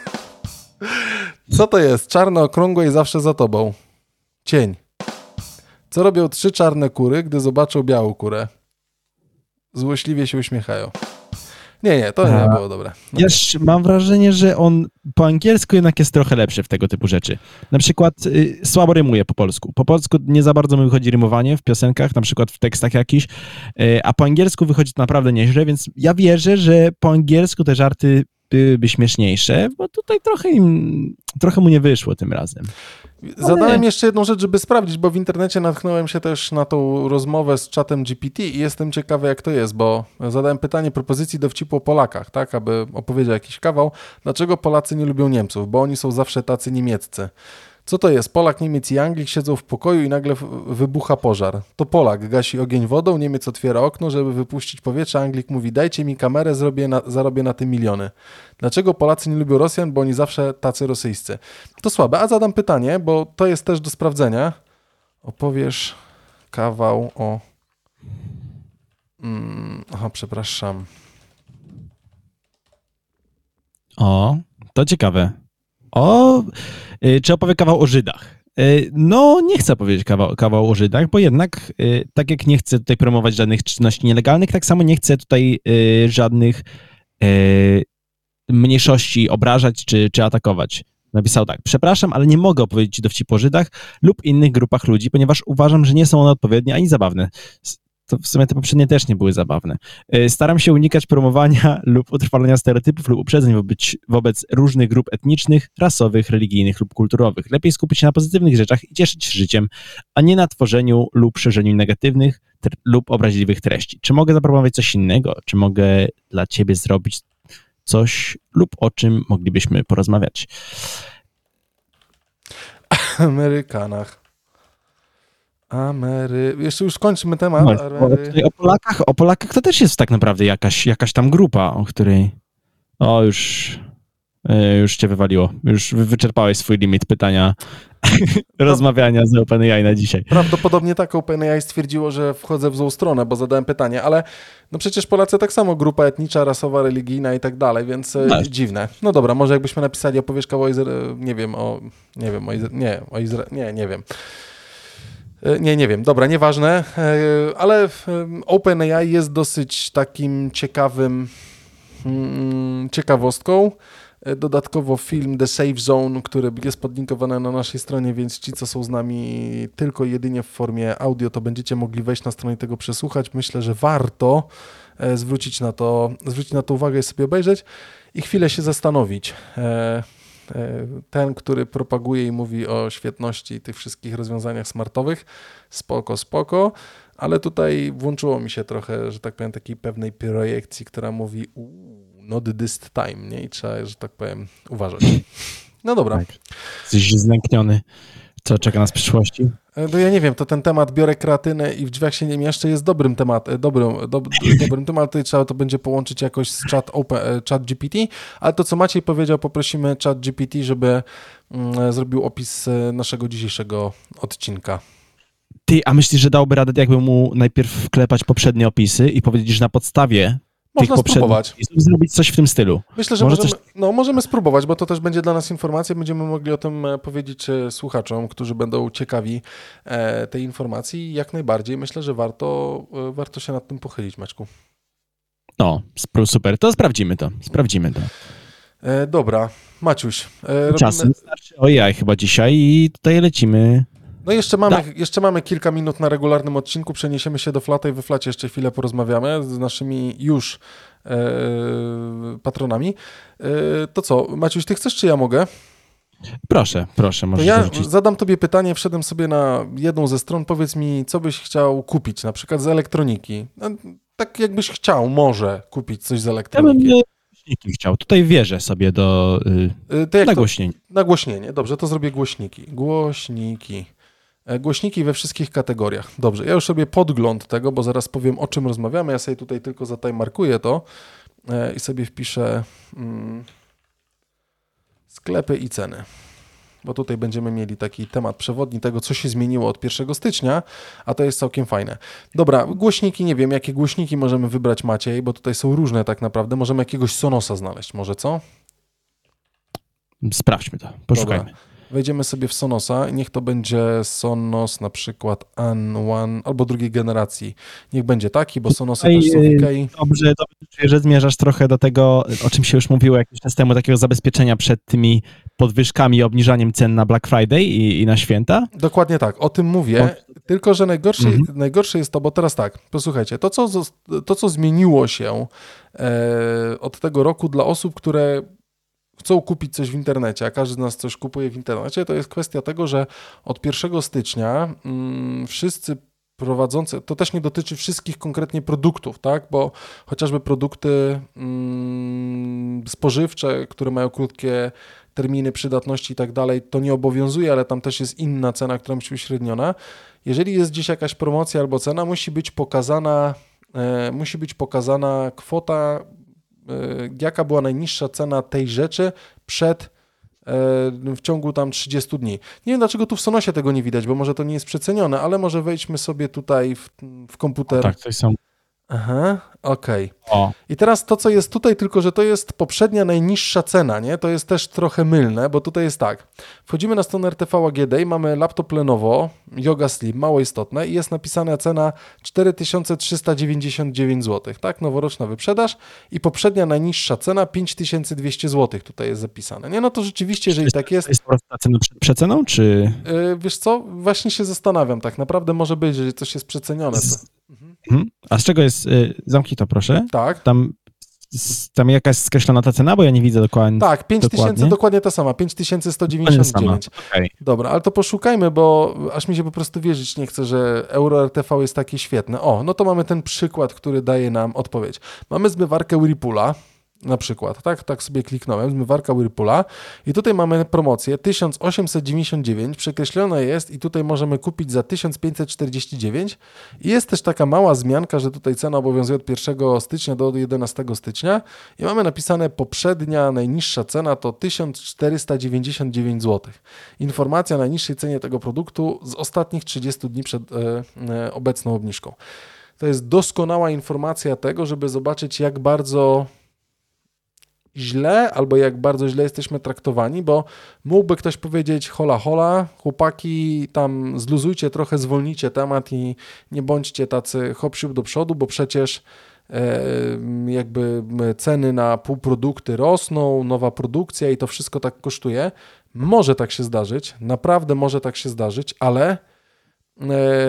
Co to jest? Czarne, okrągłe i zawsze za tobą. Cień. Co robią 3 czarne kury, gdy zobaczą białą kurę? Złośliwie się uśmiechają. Nie, to nie było dobre. No. Mam wrażenie, że on po angielsku jednak jest trochę lepszy w tego typu rzeczy. Na przykład słabo rymuje po polsku. Po polsku nie za bardzo mi wychodzi rymowanie w piosenkach, na przykład w tekstach jakichś, a po angielsku wychodzi to naprawdę nieźle, więc ja wierzę, że po angielsku te żarty byłyby śmieszniejsze, bo tutaj trochę mu nie wyszło tym razem. Zadałem jeszcze jedną rzecz, żeby sprawdzić, bo w internecie natknąłem się też na tą rozmowę z czatem GPT i jestem ciekawy, jak to jest, bo zadałem pytanie propozycji dowcipu o Polakach, tak, aby opowiedział jakiś kawał. Dlaczego Polacy nie lubią Niemców? Bo oni są zawsze tacy niemieccy. Co to jest? Polak, Niemiec i Anglik siedzą w pokoju i nagle wybucha pożar. To Polak gasi ogień wodą, Niemiec otwiera okno, żeby wypuścić powietrze, Anglik mówi: dajcie mi kamerę, zarobię na tym miliony. Dlaczego Polacy nie lubią Rosjan? Bo oni zawsze tacy rosyjscy. To słabe, a zadam pytanie, bo to jest też do sprawdzenia. Opowiesz kawał o... przepraszam. O, to ciekawe. Czy opowie kawał o Żydach? No, nie chcę powiedzieć kawał o Żydach, bo jednak, tak jak nie chcę tutaj promować żadnych czynności nielegalnych, tak samo nie chcę tutaj żadnych mniejszości obrażać czy atakować. Napisał tak: przepraszam, ale nie mogę opowiedzieć ci dowcipu o Żydach lub innych grupach ludzi, ponieważ uważam, że nie są one odpowiednie ani zabawne. To w sumie te poprzednie też nie były zabawne. Staram się unikać promowania lub utrwalania stereotypów lub uprzedzeń wobec różnych grup etnicznych, rasowych, religijnych lub kulturowych. Lepiej skupić się na pozytywnych rzeczach i cieszyć się życiem, a nie na tworzeniu lub szerzeniu negatywnych lub obraźliwych treści. Czy mogę zaproponować coś innego? Czy mogę dla ciebie zrobić coś lub o czym moglibyśmy porozmawiać? Amerykanach. Jeszcze już kończymy temat. O Polakach to też jest tak naprawdę jakaś tam grupa, o której... Już cię wywaliło. Już wyczerpałeś swój limit pytania, rozmawiania z OpenAI na dzisiaj. Prawdopodobnie tak OpenAI stwierdziło, że wchodzę w złą stronę, bo zadałem pytanie, ale no przecież Polacy tak samo, grupa etnicza, rasowa, religijna i tak dalej, więc dziwne. No dobra, może jakbyśmy napisali opowiesz kawał Nie wiem, dobra, nieważne, ale OpenAI jest dosyć takim ciekawostką. Dodatkowo film The Safe Zone, który jest podlinkowany na naszej stronie, więc ci, co są z nami tylko i jedynie w formie audio, to będziecie mogli wejść na stronę i tego przesłuchać. Myślę, że warto zwrócić na to uwagę i sobie obejrzeć i chwilę się zastanowić. Ten, który propaguje i mówi o świetności tych wszystkich rozwiązaniach smartowych, spoko, ale tutaj włączyło mi się trochę, że tak powiem, takiej pewnej projekcji, która mówi not this time, nie? I trzeba, że tak powiem, uważać. No dobra. Tak. Jesteś znękniony. Co czeka nas w przyszłości? No ja nie wiem, to ten temat biorę kreatynę i w drzwiach się nie mieszczę jest dobrym tematem, dobrym tematem, tutaj trzeba to będzie połączyć jakoś z chat GPT, ale to co Maciej powiedział, poprosimy chat GPT, żeby zrobił opis naszego dzisiejszego odcinka. Ty, a myślisz, że dałby radę, jakby mu najpierw wklepać poprzednie opisy i powiedzieć, że na podstawie można tych spróbować. Opisów zrobić coś w tym stylu? Myślę, że możemy spróbować, bo to też będzie dla nas informacja. Będziemy mogli o tym powiedzieć słuchaczom, którzy będą ciekawi tej informacji. Jak najbardziej myślę, że warto się nad tym pochylić, Maćku. No, super. To sprawdzimy to. Dobra, Maciuś. Czasem starczy AI chyba dzisiaj i tutaj lecimy. No jeszcze mamy kilka minut na regularnym odcinku, przeniesiemy się do Flata i we Flacie jeszcze chwilę porozmawiamy z naszymi już patronami. To co, Maciuś, ty chcesz, czy ja mogę? Proszę, możesz to ja dorzucić. zadam tobie pytanie, wszedłem sobie na jedną ze stron, powiedz mi, co byś chciał kupić, na przykład z elektroniki. No, tak jakbyś chciał może kupić coś z elektroniki. Ja bym głośniki chciał. Tutaj wierzę sobie do nagłośnienia. Nagłośnienie, dobrze, to zrobię Głośniki we wszystkich kategoriach. Dobrze, ja już sobie podgląd tego, bo zaraz powiem, o czym rozmawiamy. Ja sobie tutaj tylko zatajmarkuję to i sobie wpiszę sklepy i ceny. Bo tutaj będziemy mieli taki temat przewodni tego, co się zmieniło od 1 stycznia, a to jest całkiem fajne. Dobra, głośniki, nie wiem, jakie głośniki możemy wybrać, Maciej, bo tutaj są różne tak naprawdę. Możemy jakiegoś Sonosa znaleźć, może co? Sprawdźmy to, poszukajmy. Dobra. Wejdziemy sobie w Sonosa i niech to będzie Sonos na przykład N1 albo drugiej generacji. Niech będzie taki, bo Sonosy też są w Ikei. Dobrze, czuję, że zmierzasz trochę do tego, o czym się już mówiło jakiś czas temu, takiego zabezpieczenia przed tymi podwyżkami i obniżaniem cen na Black Friday i na święta. Dokładnie tak, o tym mówię, tylko że najgorsze jest to, bo teraz tak, posłuchajcie, to co zmieniło się od tego roku dla osób, które chcą kupić coś w internecie, a każdy z nas coś kupuje w internecie, to jest kwestia tego, że od 1 stycznia wszyscy prowadzący, to też nie dotyczy wszystkich konkretnie produktów, tak, bo chociażby produkty spożywcze, które mają krótkie terminy przydatności i tak dalej, to nie obowiązuje, ale tam też jest inna cena, która musi być uśredniona. Jeżeli jest gdzieś jakaś promocja albo cena, musi być pokazana kwota, jaka była najniższa cena tej rzeczy w ciągu tam 30 dni. Nie wiem, dlaczego tu w Sonosie tego nie widać, bo może to nie jest przecenione, ale może wejdźmy sobie tutaj w komputer. O, tak, to są. Aha, okej. O. I teraz to, co jest tutaj, tylko że to jest poprzednia najniższa cena, nie? To jest też trochę mylne, bo tutaj jest tak. Wchodzimy na stronę RTV AGD i mamy laptop Lenovo, Yoga Slim, mało istotne i jest napisana cena 4399 zł, tak? Noworoczna wyprzedaż i poprzednia najniższa cena 5200 zł tutaj jest zapisane, nie? No to rzeczywiście, jeżeli tak jest... To jest po prostu ta cena przed przeceną, czy... Wiesz co? Właśnie się zastanawiam, tak naprawdę może być, że coś jest przecenione. A z czego jest... Zamknij to, proszę. Tak. Tam jakaś skreślona ta cena, bo ja nie widzę dokładnie. Tak, 5000 dokładnie ta sama, 5199. Okay. Dobra, ale to poszukajmy, bo aż mi się po prostu wierzyć nie chce, że EuroRTV jest takie świetne. O, no to mamy ten przykład, który daje nam odpowiedź. Mamy zmywarkę Whirlpoola, na przykład, tak sobie kliknąłem, zmywarka Whirlpoola i tutaj mamy promocję 1899, przekreślone jest i tutaj możemy kupić za 1549 i jest też taka mała zmianka, że tutaj cena obowiązuje od 1 stycznia do 11 stycznia i mamy napisane poprzednia najniższa cena to 1499 zł. Informacja o najniższej cenie tego produktu z ostatnich 30 dni przed obecną obniżką. To jest doskonała informacja tego, żeby zobaczyć jak bardzo źle, albo jak bardzo źle jesteśmy traktowani, bo mógłby ktoś powiedzieć hola, chłopaki, tam zluzujcie trochę, zwolnijcie temat i nie bądźcie tacy hop-siup do przodu, bo przecież jakby ceny na półprodukty rosną, nowa produkcja i to wszystko tak kosztuje. Może tak się zdarzyć, naprawdę może tak się zdarzyć, ale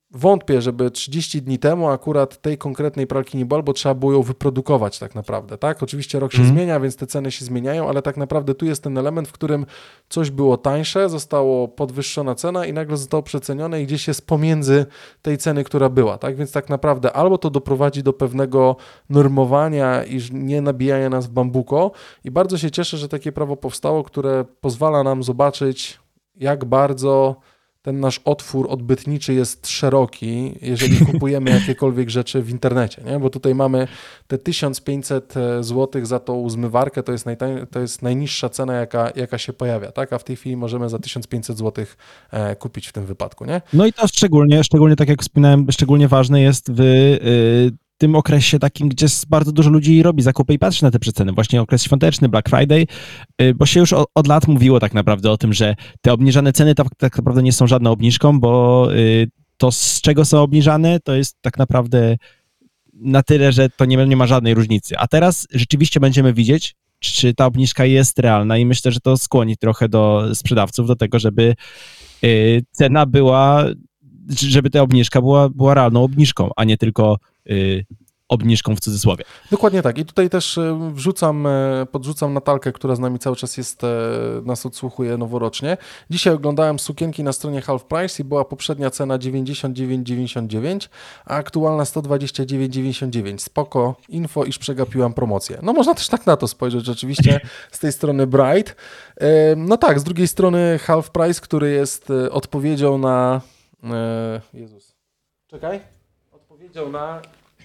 wątpię, żeby 30 dni temu akurat tej konkretnej pralki nie było, bo trzeba było ją wyprodukować tak naprawdę, tak? Oczywiście rok się zmienia, więc te ceny się zmieniają, ale tak naprawdę tu jest ten element, w którym coś było tańsze, zostało podwyższona cena i nagle zostało przecenione i gdzieś jest pomiędzy tej ceny, która była, tak? Więc tak naprawdę albo to doprowadzi do pewnego normowania i nie nabijania nas w bambuko i bardzo się cieszę, że takie prawo powstało, które pozwala nam zobaczyć, jak bardzo ten nasz otwór odbytniczy jest szeroki, jeżeli kupujemy jakiekolwiek rzeczy w internecie, nie? Bo tutaj mamy te 1500 zł za tą zmywarkę, to jest najniższa cena, jaka się pojawia, tak? A w tej chwili możemy za 1500 zł kupić w tym wypadku, nie? No i to szczególnie tak jak wspominałem, szczególnie ważne jest w tym okresie takim, gdzie bardzo dużo ludzi robi zakupy i patrzy na te przeceny. Właśnie okres świąteczny, Black Friday, bo się już od lat mówiło tak naprawdę o tym, że te obniżane ceny tak naprawdę nie są żadną obniżką, bo to, z czego są obniżane, to jest tak naprawdę na tyle, że to nie ma żadnej różnicy. A teraz rzeczywiście będziemy widzieć, czy ta obniżka jest realna i myślę, że to skłoni trochę do sprzedawców do tego, żeby cena była, żeby ta obniżka była realną obniżką, a nie tylko obniżką w cudzysłowie. Dokładnie tak. I tutaj też podrzucam Natalkę, która z nami cały czas nas odsłuchuje noworocznie. Dzisiaj oglądałem sukienki na stronie Half Price i była poprzednia cena 99,99, a aktualna 129,99. Spoko info, iż przegapiłam promocję. No można też tak na to spojrzeć rzeczywiście z tej strony Bright. No tak, z drugiej strony Half Price, który jest odpowiedzią na... Jezus. Czekaj. Odpowiedział na...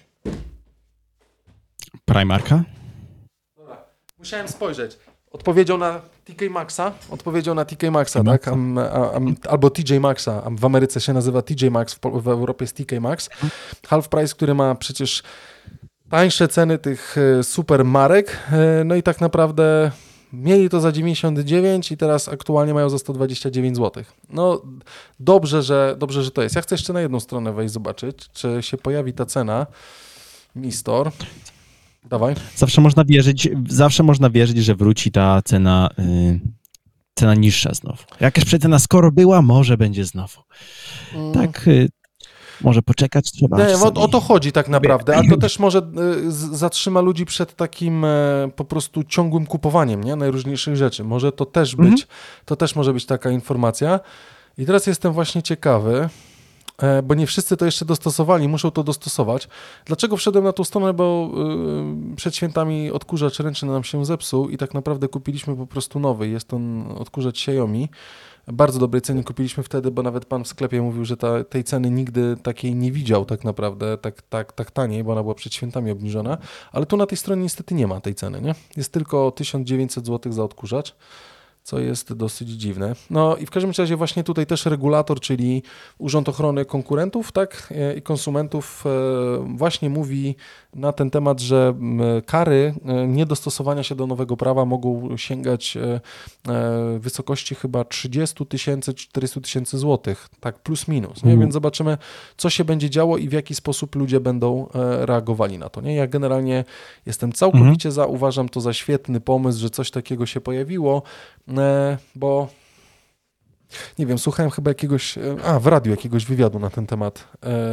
Primarka? Dobra, musiałem spojrzeć. Odpowiedział na TK Maxxa, tak? Albo TJ Maxxa. W Ameryce się nazywa TJ Maxx, w Europie jest TK Maxx. Half Price, który ma przecież tańsze ceny tych super marek. No i tak naprawdę mieli to za 99 i teraz aktualnie mają za 129 zł. No dobrze, że to jest. Ja chcę jeszcze na jedną stronę wejść zobaczyć, czy się pojawi ta cena. Mi Store. Dawaj. Zawsze można wierzyć, że wróci ta cena niższa znowu. Jakaś przecena skoro była, może będzie znowu. Tak, może poczekać trzeba. Nie, o to chodzi tak naprawdę, a to też może zatrzyma ludzi przed takim po prostu ciągłym kupowaniem, nie? Najróżniejszych rzeczy. Może to też może być taka informacja. I teraz jestem właśnie ciekawy, bo nie wszyscy to jeszcze dostosowali, muszą to dostosować. Dlaczego wszedłem na tą stronę? Bo przed świętami odkurzacz ręczny nam się zepsuł i tak naprawdę kupiliśmy po prostu nowy. Jest on odkurzacz Xiaomi. Bardzo dobrej cenie kupiliśmy wtedy, bo nawet pan w sklepie mówił, że tej ceny nigdy takiej nie widział tak naprawdę, tak taniej, bo ona była przed świętami obniżona. Ale tu na tej stronie niestety nie ma tej ceny, nie? Jest tylko 1900 zł za odkurzacz, co jest dosyć dziwne. No i w każdym razie właśnie tutaj też regulator, czyli Urząd Ochrony Konkurentów, tak, i Konsumentów właśnie mówi na ten temat, że kary niedostosowania się do nowego prawa mogą sięgać wysokości chyba 30 000, 400 000 złotych, tak plus minus, nie? Więc zobaczymy, co się będzie działo i w jaki sposób ludzie będą reagowali na to, nie? Ja generalnie jestem całkowicie uważam to za świetny pomysł, że coś takiego się pojawiło, bo nie wiem, słuchałem chyba w radiu jakiegoś wywiadu na ten temat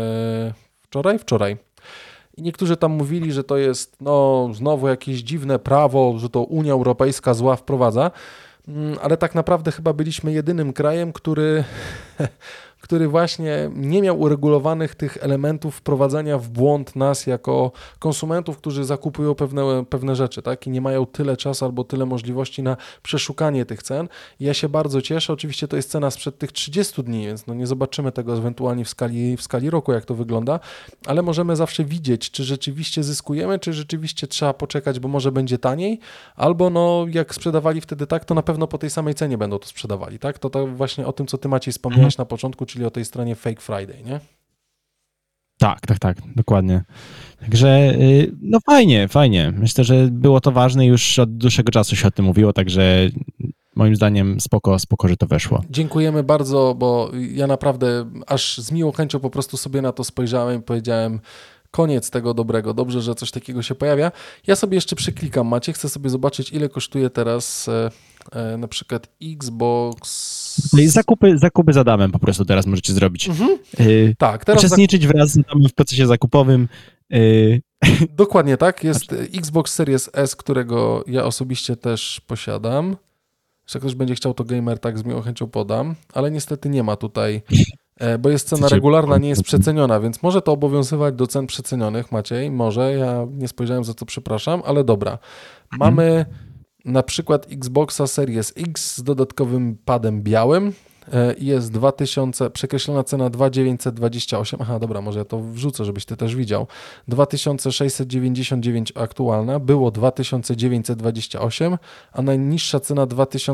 wczoraj. I niektórzy tam mówili, że to jest znowu jakieś dziwne prawo, że to Unia Europejska zła wprowadza, ale tak naprawdę chyba byliśmy jedynym krajem, który właśnie nie miał uregulowanych tych elementów wprowadzania w błąd nas jako konsumentów, którzy zakupują pewne rzeczy, tak? I nie mają tyle czasu albo tyle możliwości na przeszukanie tych cen. I ja się bardzo cieszę. Oczywiście to jest cena sprzed tych 30 dni, więc nie zobaczymy tego ewentualnie w skali roku, jak to wygląda, ale możemy zawsze widzieć, czy rzeczywiście zyskujemy, czy rzeczywiście trzeba poczekać, bo może będzie taniej, albo jak sprzedawali wtedy tak, to na pewno po tej samej cenie będą to sprzedawali, tak? To właśnie o tym, co ty, Maciej, wspomniałeś na początku, czyli o tej stronie Fake Friday, nie? Tak, dokładnie. Także fajnie. Myślę, że było to ważne, już od dłuższego czasu się o tym mówiło, także moim zdaniem spoko, że to weszło. Dziękujemy bardzo, bo ja naprawdę aż z miłą chęcią po prostu sobie na to spojrzałem i powiedziałem, koniec tego dobrego, dobrze, że coś takiego się pojawia. Ja sobie jeszcze przeklikam, Macie, chcę sobie zobaczyć, ile kosztuje teraz na przykład Xbox... No i zakupy z Adamem po prostu teraz możecie zrobić. Tak, teraz uczestniczyć wraz z Adamem w procesie zakupowym. Dokładnie tak. Jest Xbox Series S, którego ja osobiście też posiadam. Jeśli ktoś będzie chciał, to Gamer tak z miłą chęcią podam, ale niestety nie ma tutaj, bo jest cena regularna, nie jest przeceniona, więc może to obowiązywać do cen przecenionych, Maciej, może, ja nie spojrzałem, za co przepraszam, ale dobra. Mamy na przykład Xboxa Series X z dodatkowym padem białym, jest 2000, przekreślona cena 2928, aha dobra, może ja to wrzucę, żebyś ty też widział, 2699 aktualna, było 2928, a najniższa cena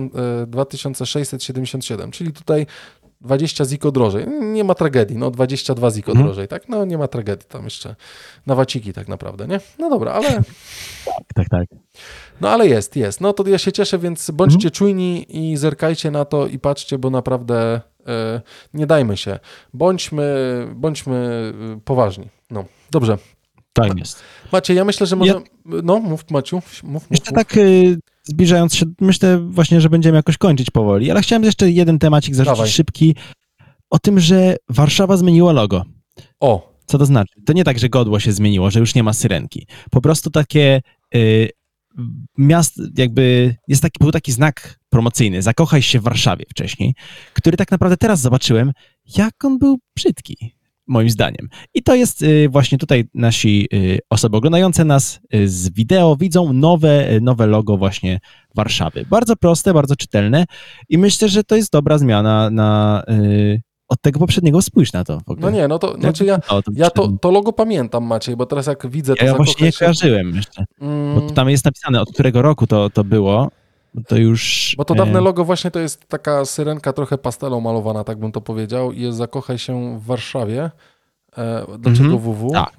2677, czyli tutaj 20 ziko drożej, nie ma tragedii, no 22 ziko drożej, tak, no nie ma tragedii, tam jeszcze na waciki tak naprawdę, nie? No dobra, ale... Tak. No ale jest. No to ja się cieszę, więc bądźcie czujni i zerkajcie na to i patrzcie, bo naprawdę nie dajmy się. Bądźmy poważni. No, dobrze. Tak jest. Maciej, ja myślę, że może... No, mów Maciu. Mów. Jeszcze tak zbliżając się, myślę właśnie, że będziemy jakoś kończyć powoli, ale chciałem jeszcze jeden temacik zarzucić szybki. O tym, że Warszawa zmieniła logo. O! Co to znaczy? To nie tak, że godło się zmieniło, że już nie ma syrenki. Po prostu takie... był taki znak promocyjny, zakochaj się w Warszawie wcześniej, który tak naprawdę teraz zobaczyłem, jak on był brzydki, moim zdaniem. I to jest właśnie tutaj nasi osoby oglądające nas z wideo widzą nowe logo właśnie Warszawy. Bardzo proste, bardzo czytelne i myślę, że to jest dobra zmiana od tego poprzedniego. Spójrz na to w ogóle. No nie, no to znaczy ja to logo pamiętam, Maciej, bo teraz jak widzę to ja właśnie nie kojarzyłem jeszcze, bo tam jest napisane, od którego roku to było, to już... Bo to dawne logo właśnie to jest taka syrenka trochę pastelą malowana, tak bym to powiedział, i jest zakochaj się w Warszawie. Dlaczego WW? Tak.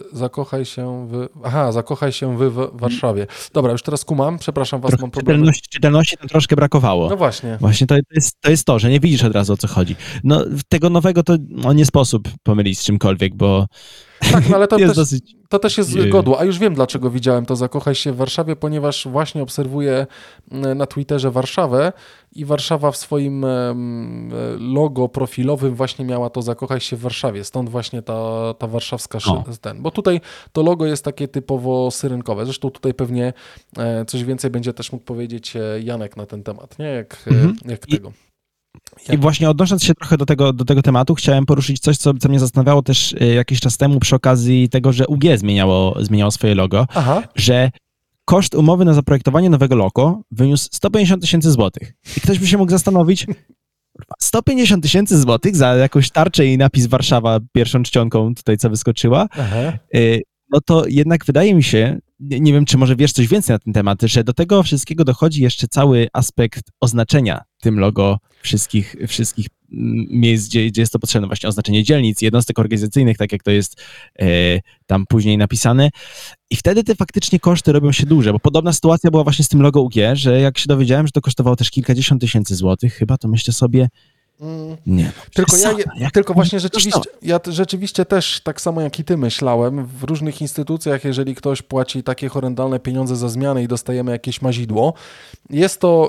Zakochaj się w Warszawie. Dobra, już teraz kumam, przepraszam was, mam problem. Czytelności tam troszkę brakowało. No właśnie. Właśnie to jest to, że nie widzisz od razu, o co chodzi. No tego nowego to nie sposób pomylić z czymkolwiek, bo tak, no ale to jest to też jest godło. A już wiem, dlaczego widziałem to zakochaj się w Warszawie, ponieważ właśnie obserwuję na Twitterze Warszawę i Warszawa w swoim logo profilowym właśnie miała to zakochaj się w Warszawie. Stąd właśnie ta warszawska bo tutaj to logo jest takie typowo syrenkowe. Zresztą tutaj pewnie coś więcej będzie też mógł powiedzieć Janek na ten temat, nie? Jak tego. I właśnie odnosząc się trochę do tego tematu, chciałem poruszyć coś, co mnie zastanawiało też jakiś czas temu przy okazji tego, że UG zmieniało swoje logo, że koszt umowy na zaprojektowanie nowego logo wyniósł 150 000 złotych. I ktoś by się mógł zastanowić, 150 000 złotych za jakąś tarczę i napis Warszawa pierwszą czcionką tutaj, co wyskoczyła, no to jednak wydaje mi się, nie wiem, czy może wiesz coś więcej na ten temat, że do tego wszystkiego dochodzi jeszcze cały aspekt oznaczenia tym logo wszystkich miejsc, gdzie jest to potrzebne, właśnie oznaczenie dzielnic, jednostek organizacyjnych, tak jak to jest tam później napisane. I wtedy te faktycznie koszty robią się duże, bo podobna sytuacja była właśnie z tym logo UG, że jak się dowiedziałem, że to kosztowało też kilkadziesiąt tysięcy złotych, chyba, to myślę sobie, nie. Tylko właśnie rzeczywiście też tak samo jak i ty myślałem, w różnych instytucjach, jeżeli ktoś płaci takie horrendalne pieniądze za zmianę i dostajemy jakieś mazidło, jest to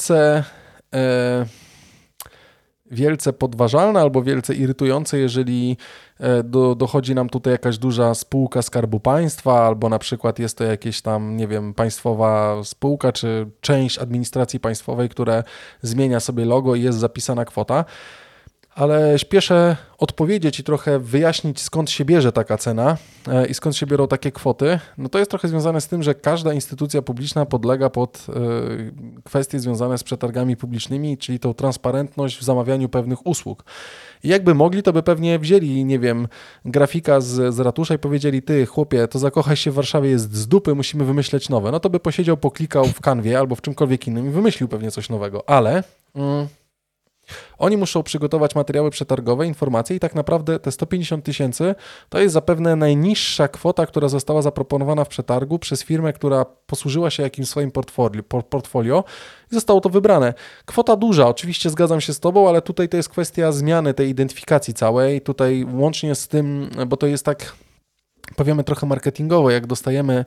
wielce podważalne albo wielce irytujące, jeżeli dochodzi nam tutaj jakaś duża spółka Skarbu Państwa albo na przykład jest to jakieś tam, nie wiem, państwowa spółka czy część administracji państwowej, która zmienia sobie logo i jest zapisana kwota. Ale śpieszę odpowiedzieć i trochę wyjaśnić, skąd się bierze taka cena i skąd się biorą takie kwoty. No to jest trochę związane z tym, że każda instytucja publiczna podlega pod kwestie związane z przetargami publicznymi, czyli tą transparentność w zamawianiu pewnych usług. I jakby mogli, to by pewnie wzięli, nie wiem, grafika z ratusza i powiedzieli, ty chłopie, to zakochaj się w Warszawie jest z dupy, musimy wymyśleć nowe. No to by posiedział, poklikał w Canwie albo w czymkolwiek innym i wymyślił pewnie coś nowego, ale... Oni muszą przygotować materiały przetargowe, informacje i tak naprawdę te 150 000 to jest zapewne najniższa kwota, która została zaproponowana w przetargu przez firmę, która posłużyła się jakimś swoim portfolio i zostało to wybrane. Kwota duża, oczywiście zgadzam się z tobą, ale tutaj to jest kwestia zmiany tej identyfikacji całej, tutaj łącznie z tym, bo to jest tak... Powiemy trochę marketingowo, jak dostajemy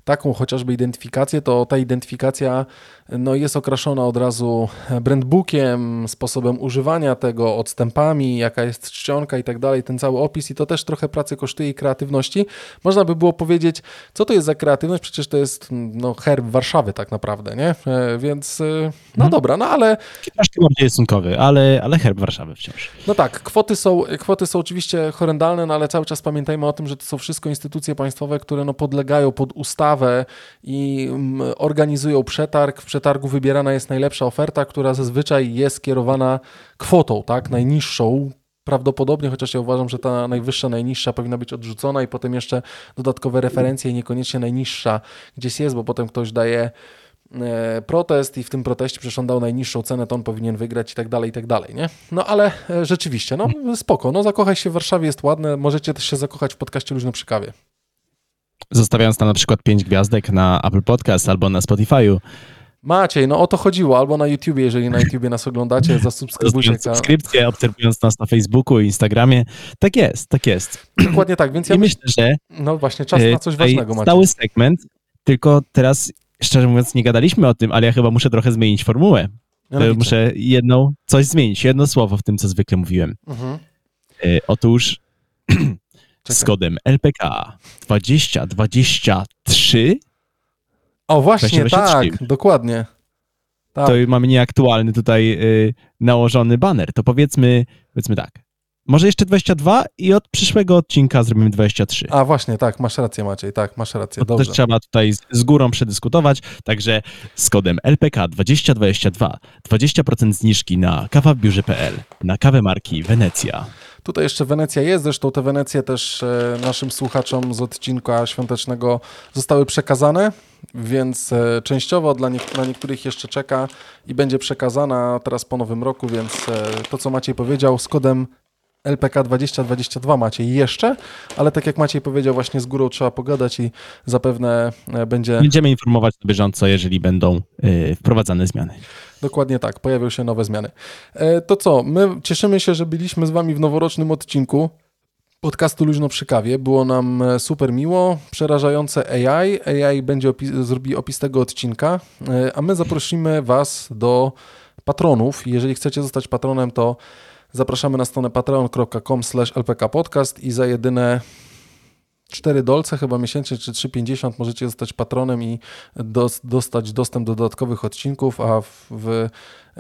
taką chociażby identyfikację, to ta identyfikacja no, jest okraszona od razu brandbookiem, sposobem używania tego, odstępami, jaka jest czcionka i tak dalej, ten cały opis i to też trochę pracy kosztuje i kreatywności. Można by było powiedzieć, co to jest za kreatywność, przecież to jest no, herb Warszawy tak naprawdę, nie? Więc no dobra, no ale... Troszkę bardziej rysunkowy, ale herb Warszawy wciąż. No tak, kwoty są oczywiście horrendalne, no ale cały czas pamiętajmy o tym, że to są wszystko instytucje państwowe, które no, podlegają pod ustawę i organizują przetarg. W przetargu wybierana jest najlepsza oferta, która zazwyczaj jest kierowana kwotą, tak, najniższą. Prawdopodobnie, chociaż ja uważam, że ta najwyższa, najniższa powinna być odrzucona i potem jeszcze dodatkowe referencje i niekoniecznie najniższa gdzieś jest, bo potem ktoś daje protest i w tym proteście przecież on dał najniższą cenę, to on powinien wygrać i tak dalej, nie? No ale rzeczywiście, no spoko, no zakochaj się w Warszawie, jest ładne, możecie też się zakochać w podcaście Luźno przy kawie. Zostawiając tam na przykład 5 gwiazdek na Apple Podcast albo na Spotify'u. Maciej, no o to chodziło, albo na YouTubie, jeżeli na YouTubie nas oglądacie, zasubskrybujcie. Subskrypcje, obserwując nas na Facebooku i Instagramie. Tak jest, tak jest. Dokładnie tak, więc ja myślę, że no właśnie, czas na coś ważnego, Maciej. Stały segment, tylko teraz, szczerze mówiąc, nie gadaliśmy o tym, ale ja chyba muszę trochę zmienić formułę. Muszę coś zmienić, jedno słowo w tym, co zwykle mówiłem. Otóż z kodem LPK 2023. O właśnie, tak, dokładnie. Tak. To mamy nieaktualny tutaj nałożony baner. To powiedzmy tak. Może jeszcze 22 i od przyszłego odcinka zrobimy 23. A właśnie, tak, masz rację Maciej, tak, masz rację, dobrze. To też trzeba tutaj z górą przedyskutować, także z kodem LPK 2022 20% zniżki na kawabiurze.pl, na kawę marki Wenecja. Tutaj jeszcze Wenecja jest, zresztą te Wenecje też naszym słuchaczom z odcinka świątecznego zostały przekazane, więc częściowo dla niektórych jeszcze czeka i będzie przekazana teraz po nowym roku, więc to, co Maciej powiedział, z kodem LPK 2022 Maciej jeszcze, ale tak jak Maciej powiedział, właśnie z górą trzeba pogadać i zapewne Będziemy informować na bieżąco, jeżeli będą wprowadzane zmiany. Dokładnie tak, pojawią się nowe zmiany. To co, my cieszymy się, że byliśmy z wami w noworocznym odcinku podcastu Luźno przy kawie. Było nam super miło, przerażające AI. AI zrobi opis tego odcinka, a my zaprosimy was do patronów. Jeżeli chcecie zostać patronem, to zapraszamy na stronę patreon.com/lpkpodcast i za jedyne $4 chyba miesięcznie, czy 3,50 możecie zostać patronem i dostać dostęp do dodatkowych odcinków, a w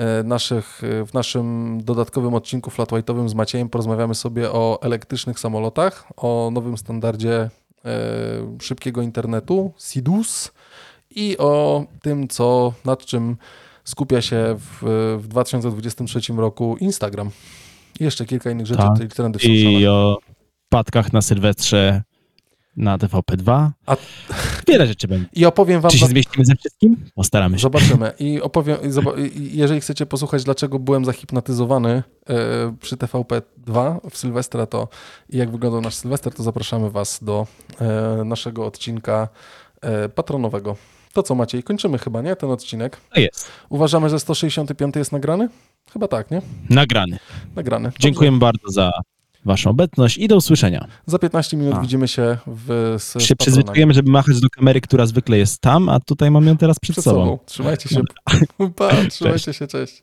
naszym dodatkowym odcinku Flat White'owym z Maciejem porozmawiamy sobie o elektrycznych samolotach, o nowym standardzie szybkiego internetu, SIDUS i o tym, nad czym skupia się w 2023 roku Instagram. I jeszcze kilka innych rzeczy, tak. trendy są i o wpadkach na Sylwestrze na TVP2. Wiele rzeczy będzie. I opowiem wam... Czy się zmieścimy ze wszystkim? Postaramy się. Zobaczymy. I jeżeli chcecie posłuchać, dlaczego byłem zahipnotyzowany przy TVP2 w Sylwestra, to i jak wyglądał nasz Sylwester, to zapraszamy was do naszego odcinka patronowego. To co, Maciej? Kończymy chyba, nie? Ten odcinek. To jest. Uważamy, że 165 jest nagrany? Chyba tak, nie? Nagrany. Dobrze. Dziękujemy bardzo za waszą obecność i do usłyszenia. Za 15 minut widzimy się się przyzwyczajemy, żeby machać do kamery, która zwykle jest tam, a tutaj mamy ją teraz przed sobą. Trzymajcie się. Trzymajcie się, cześć.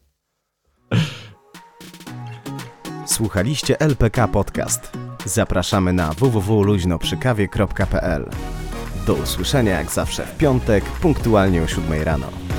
Słuchaliście LPK Podcast. Zapraszamy na www.luźnoprzykawie.pl. Do usłyszenia jak zawsze w piątek, punktualnie o 7 rano.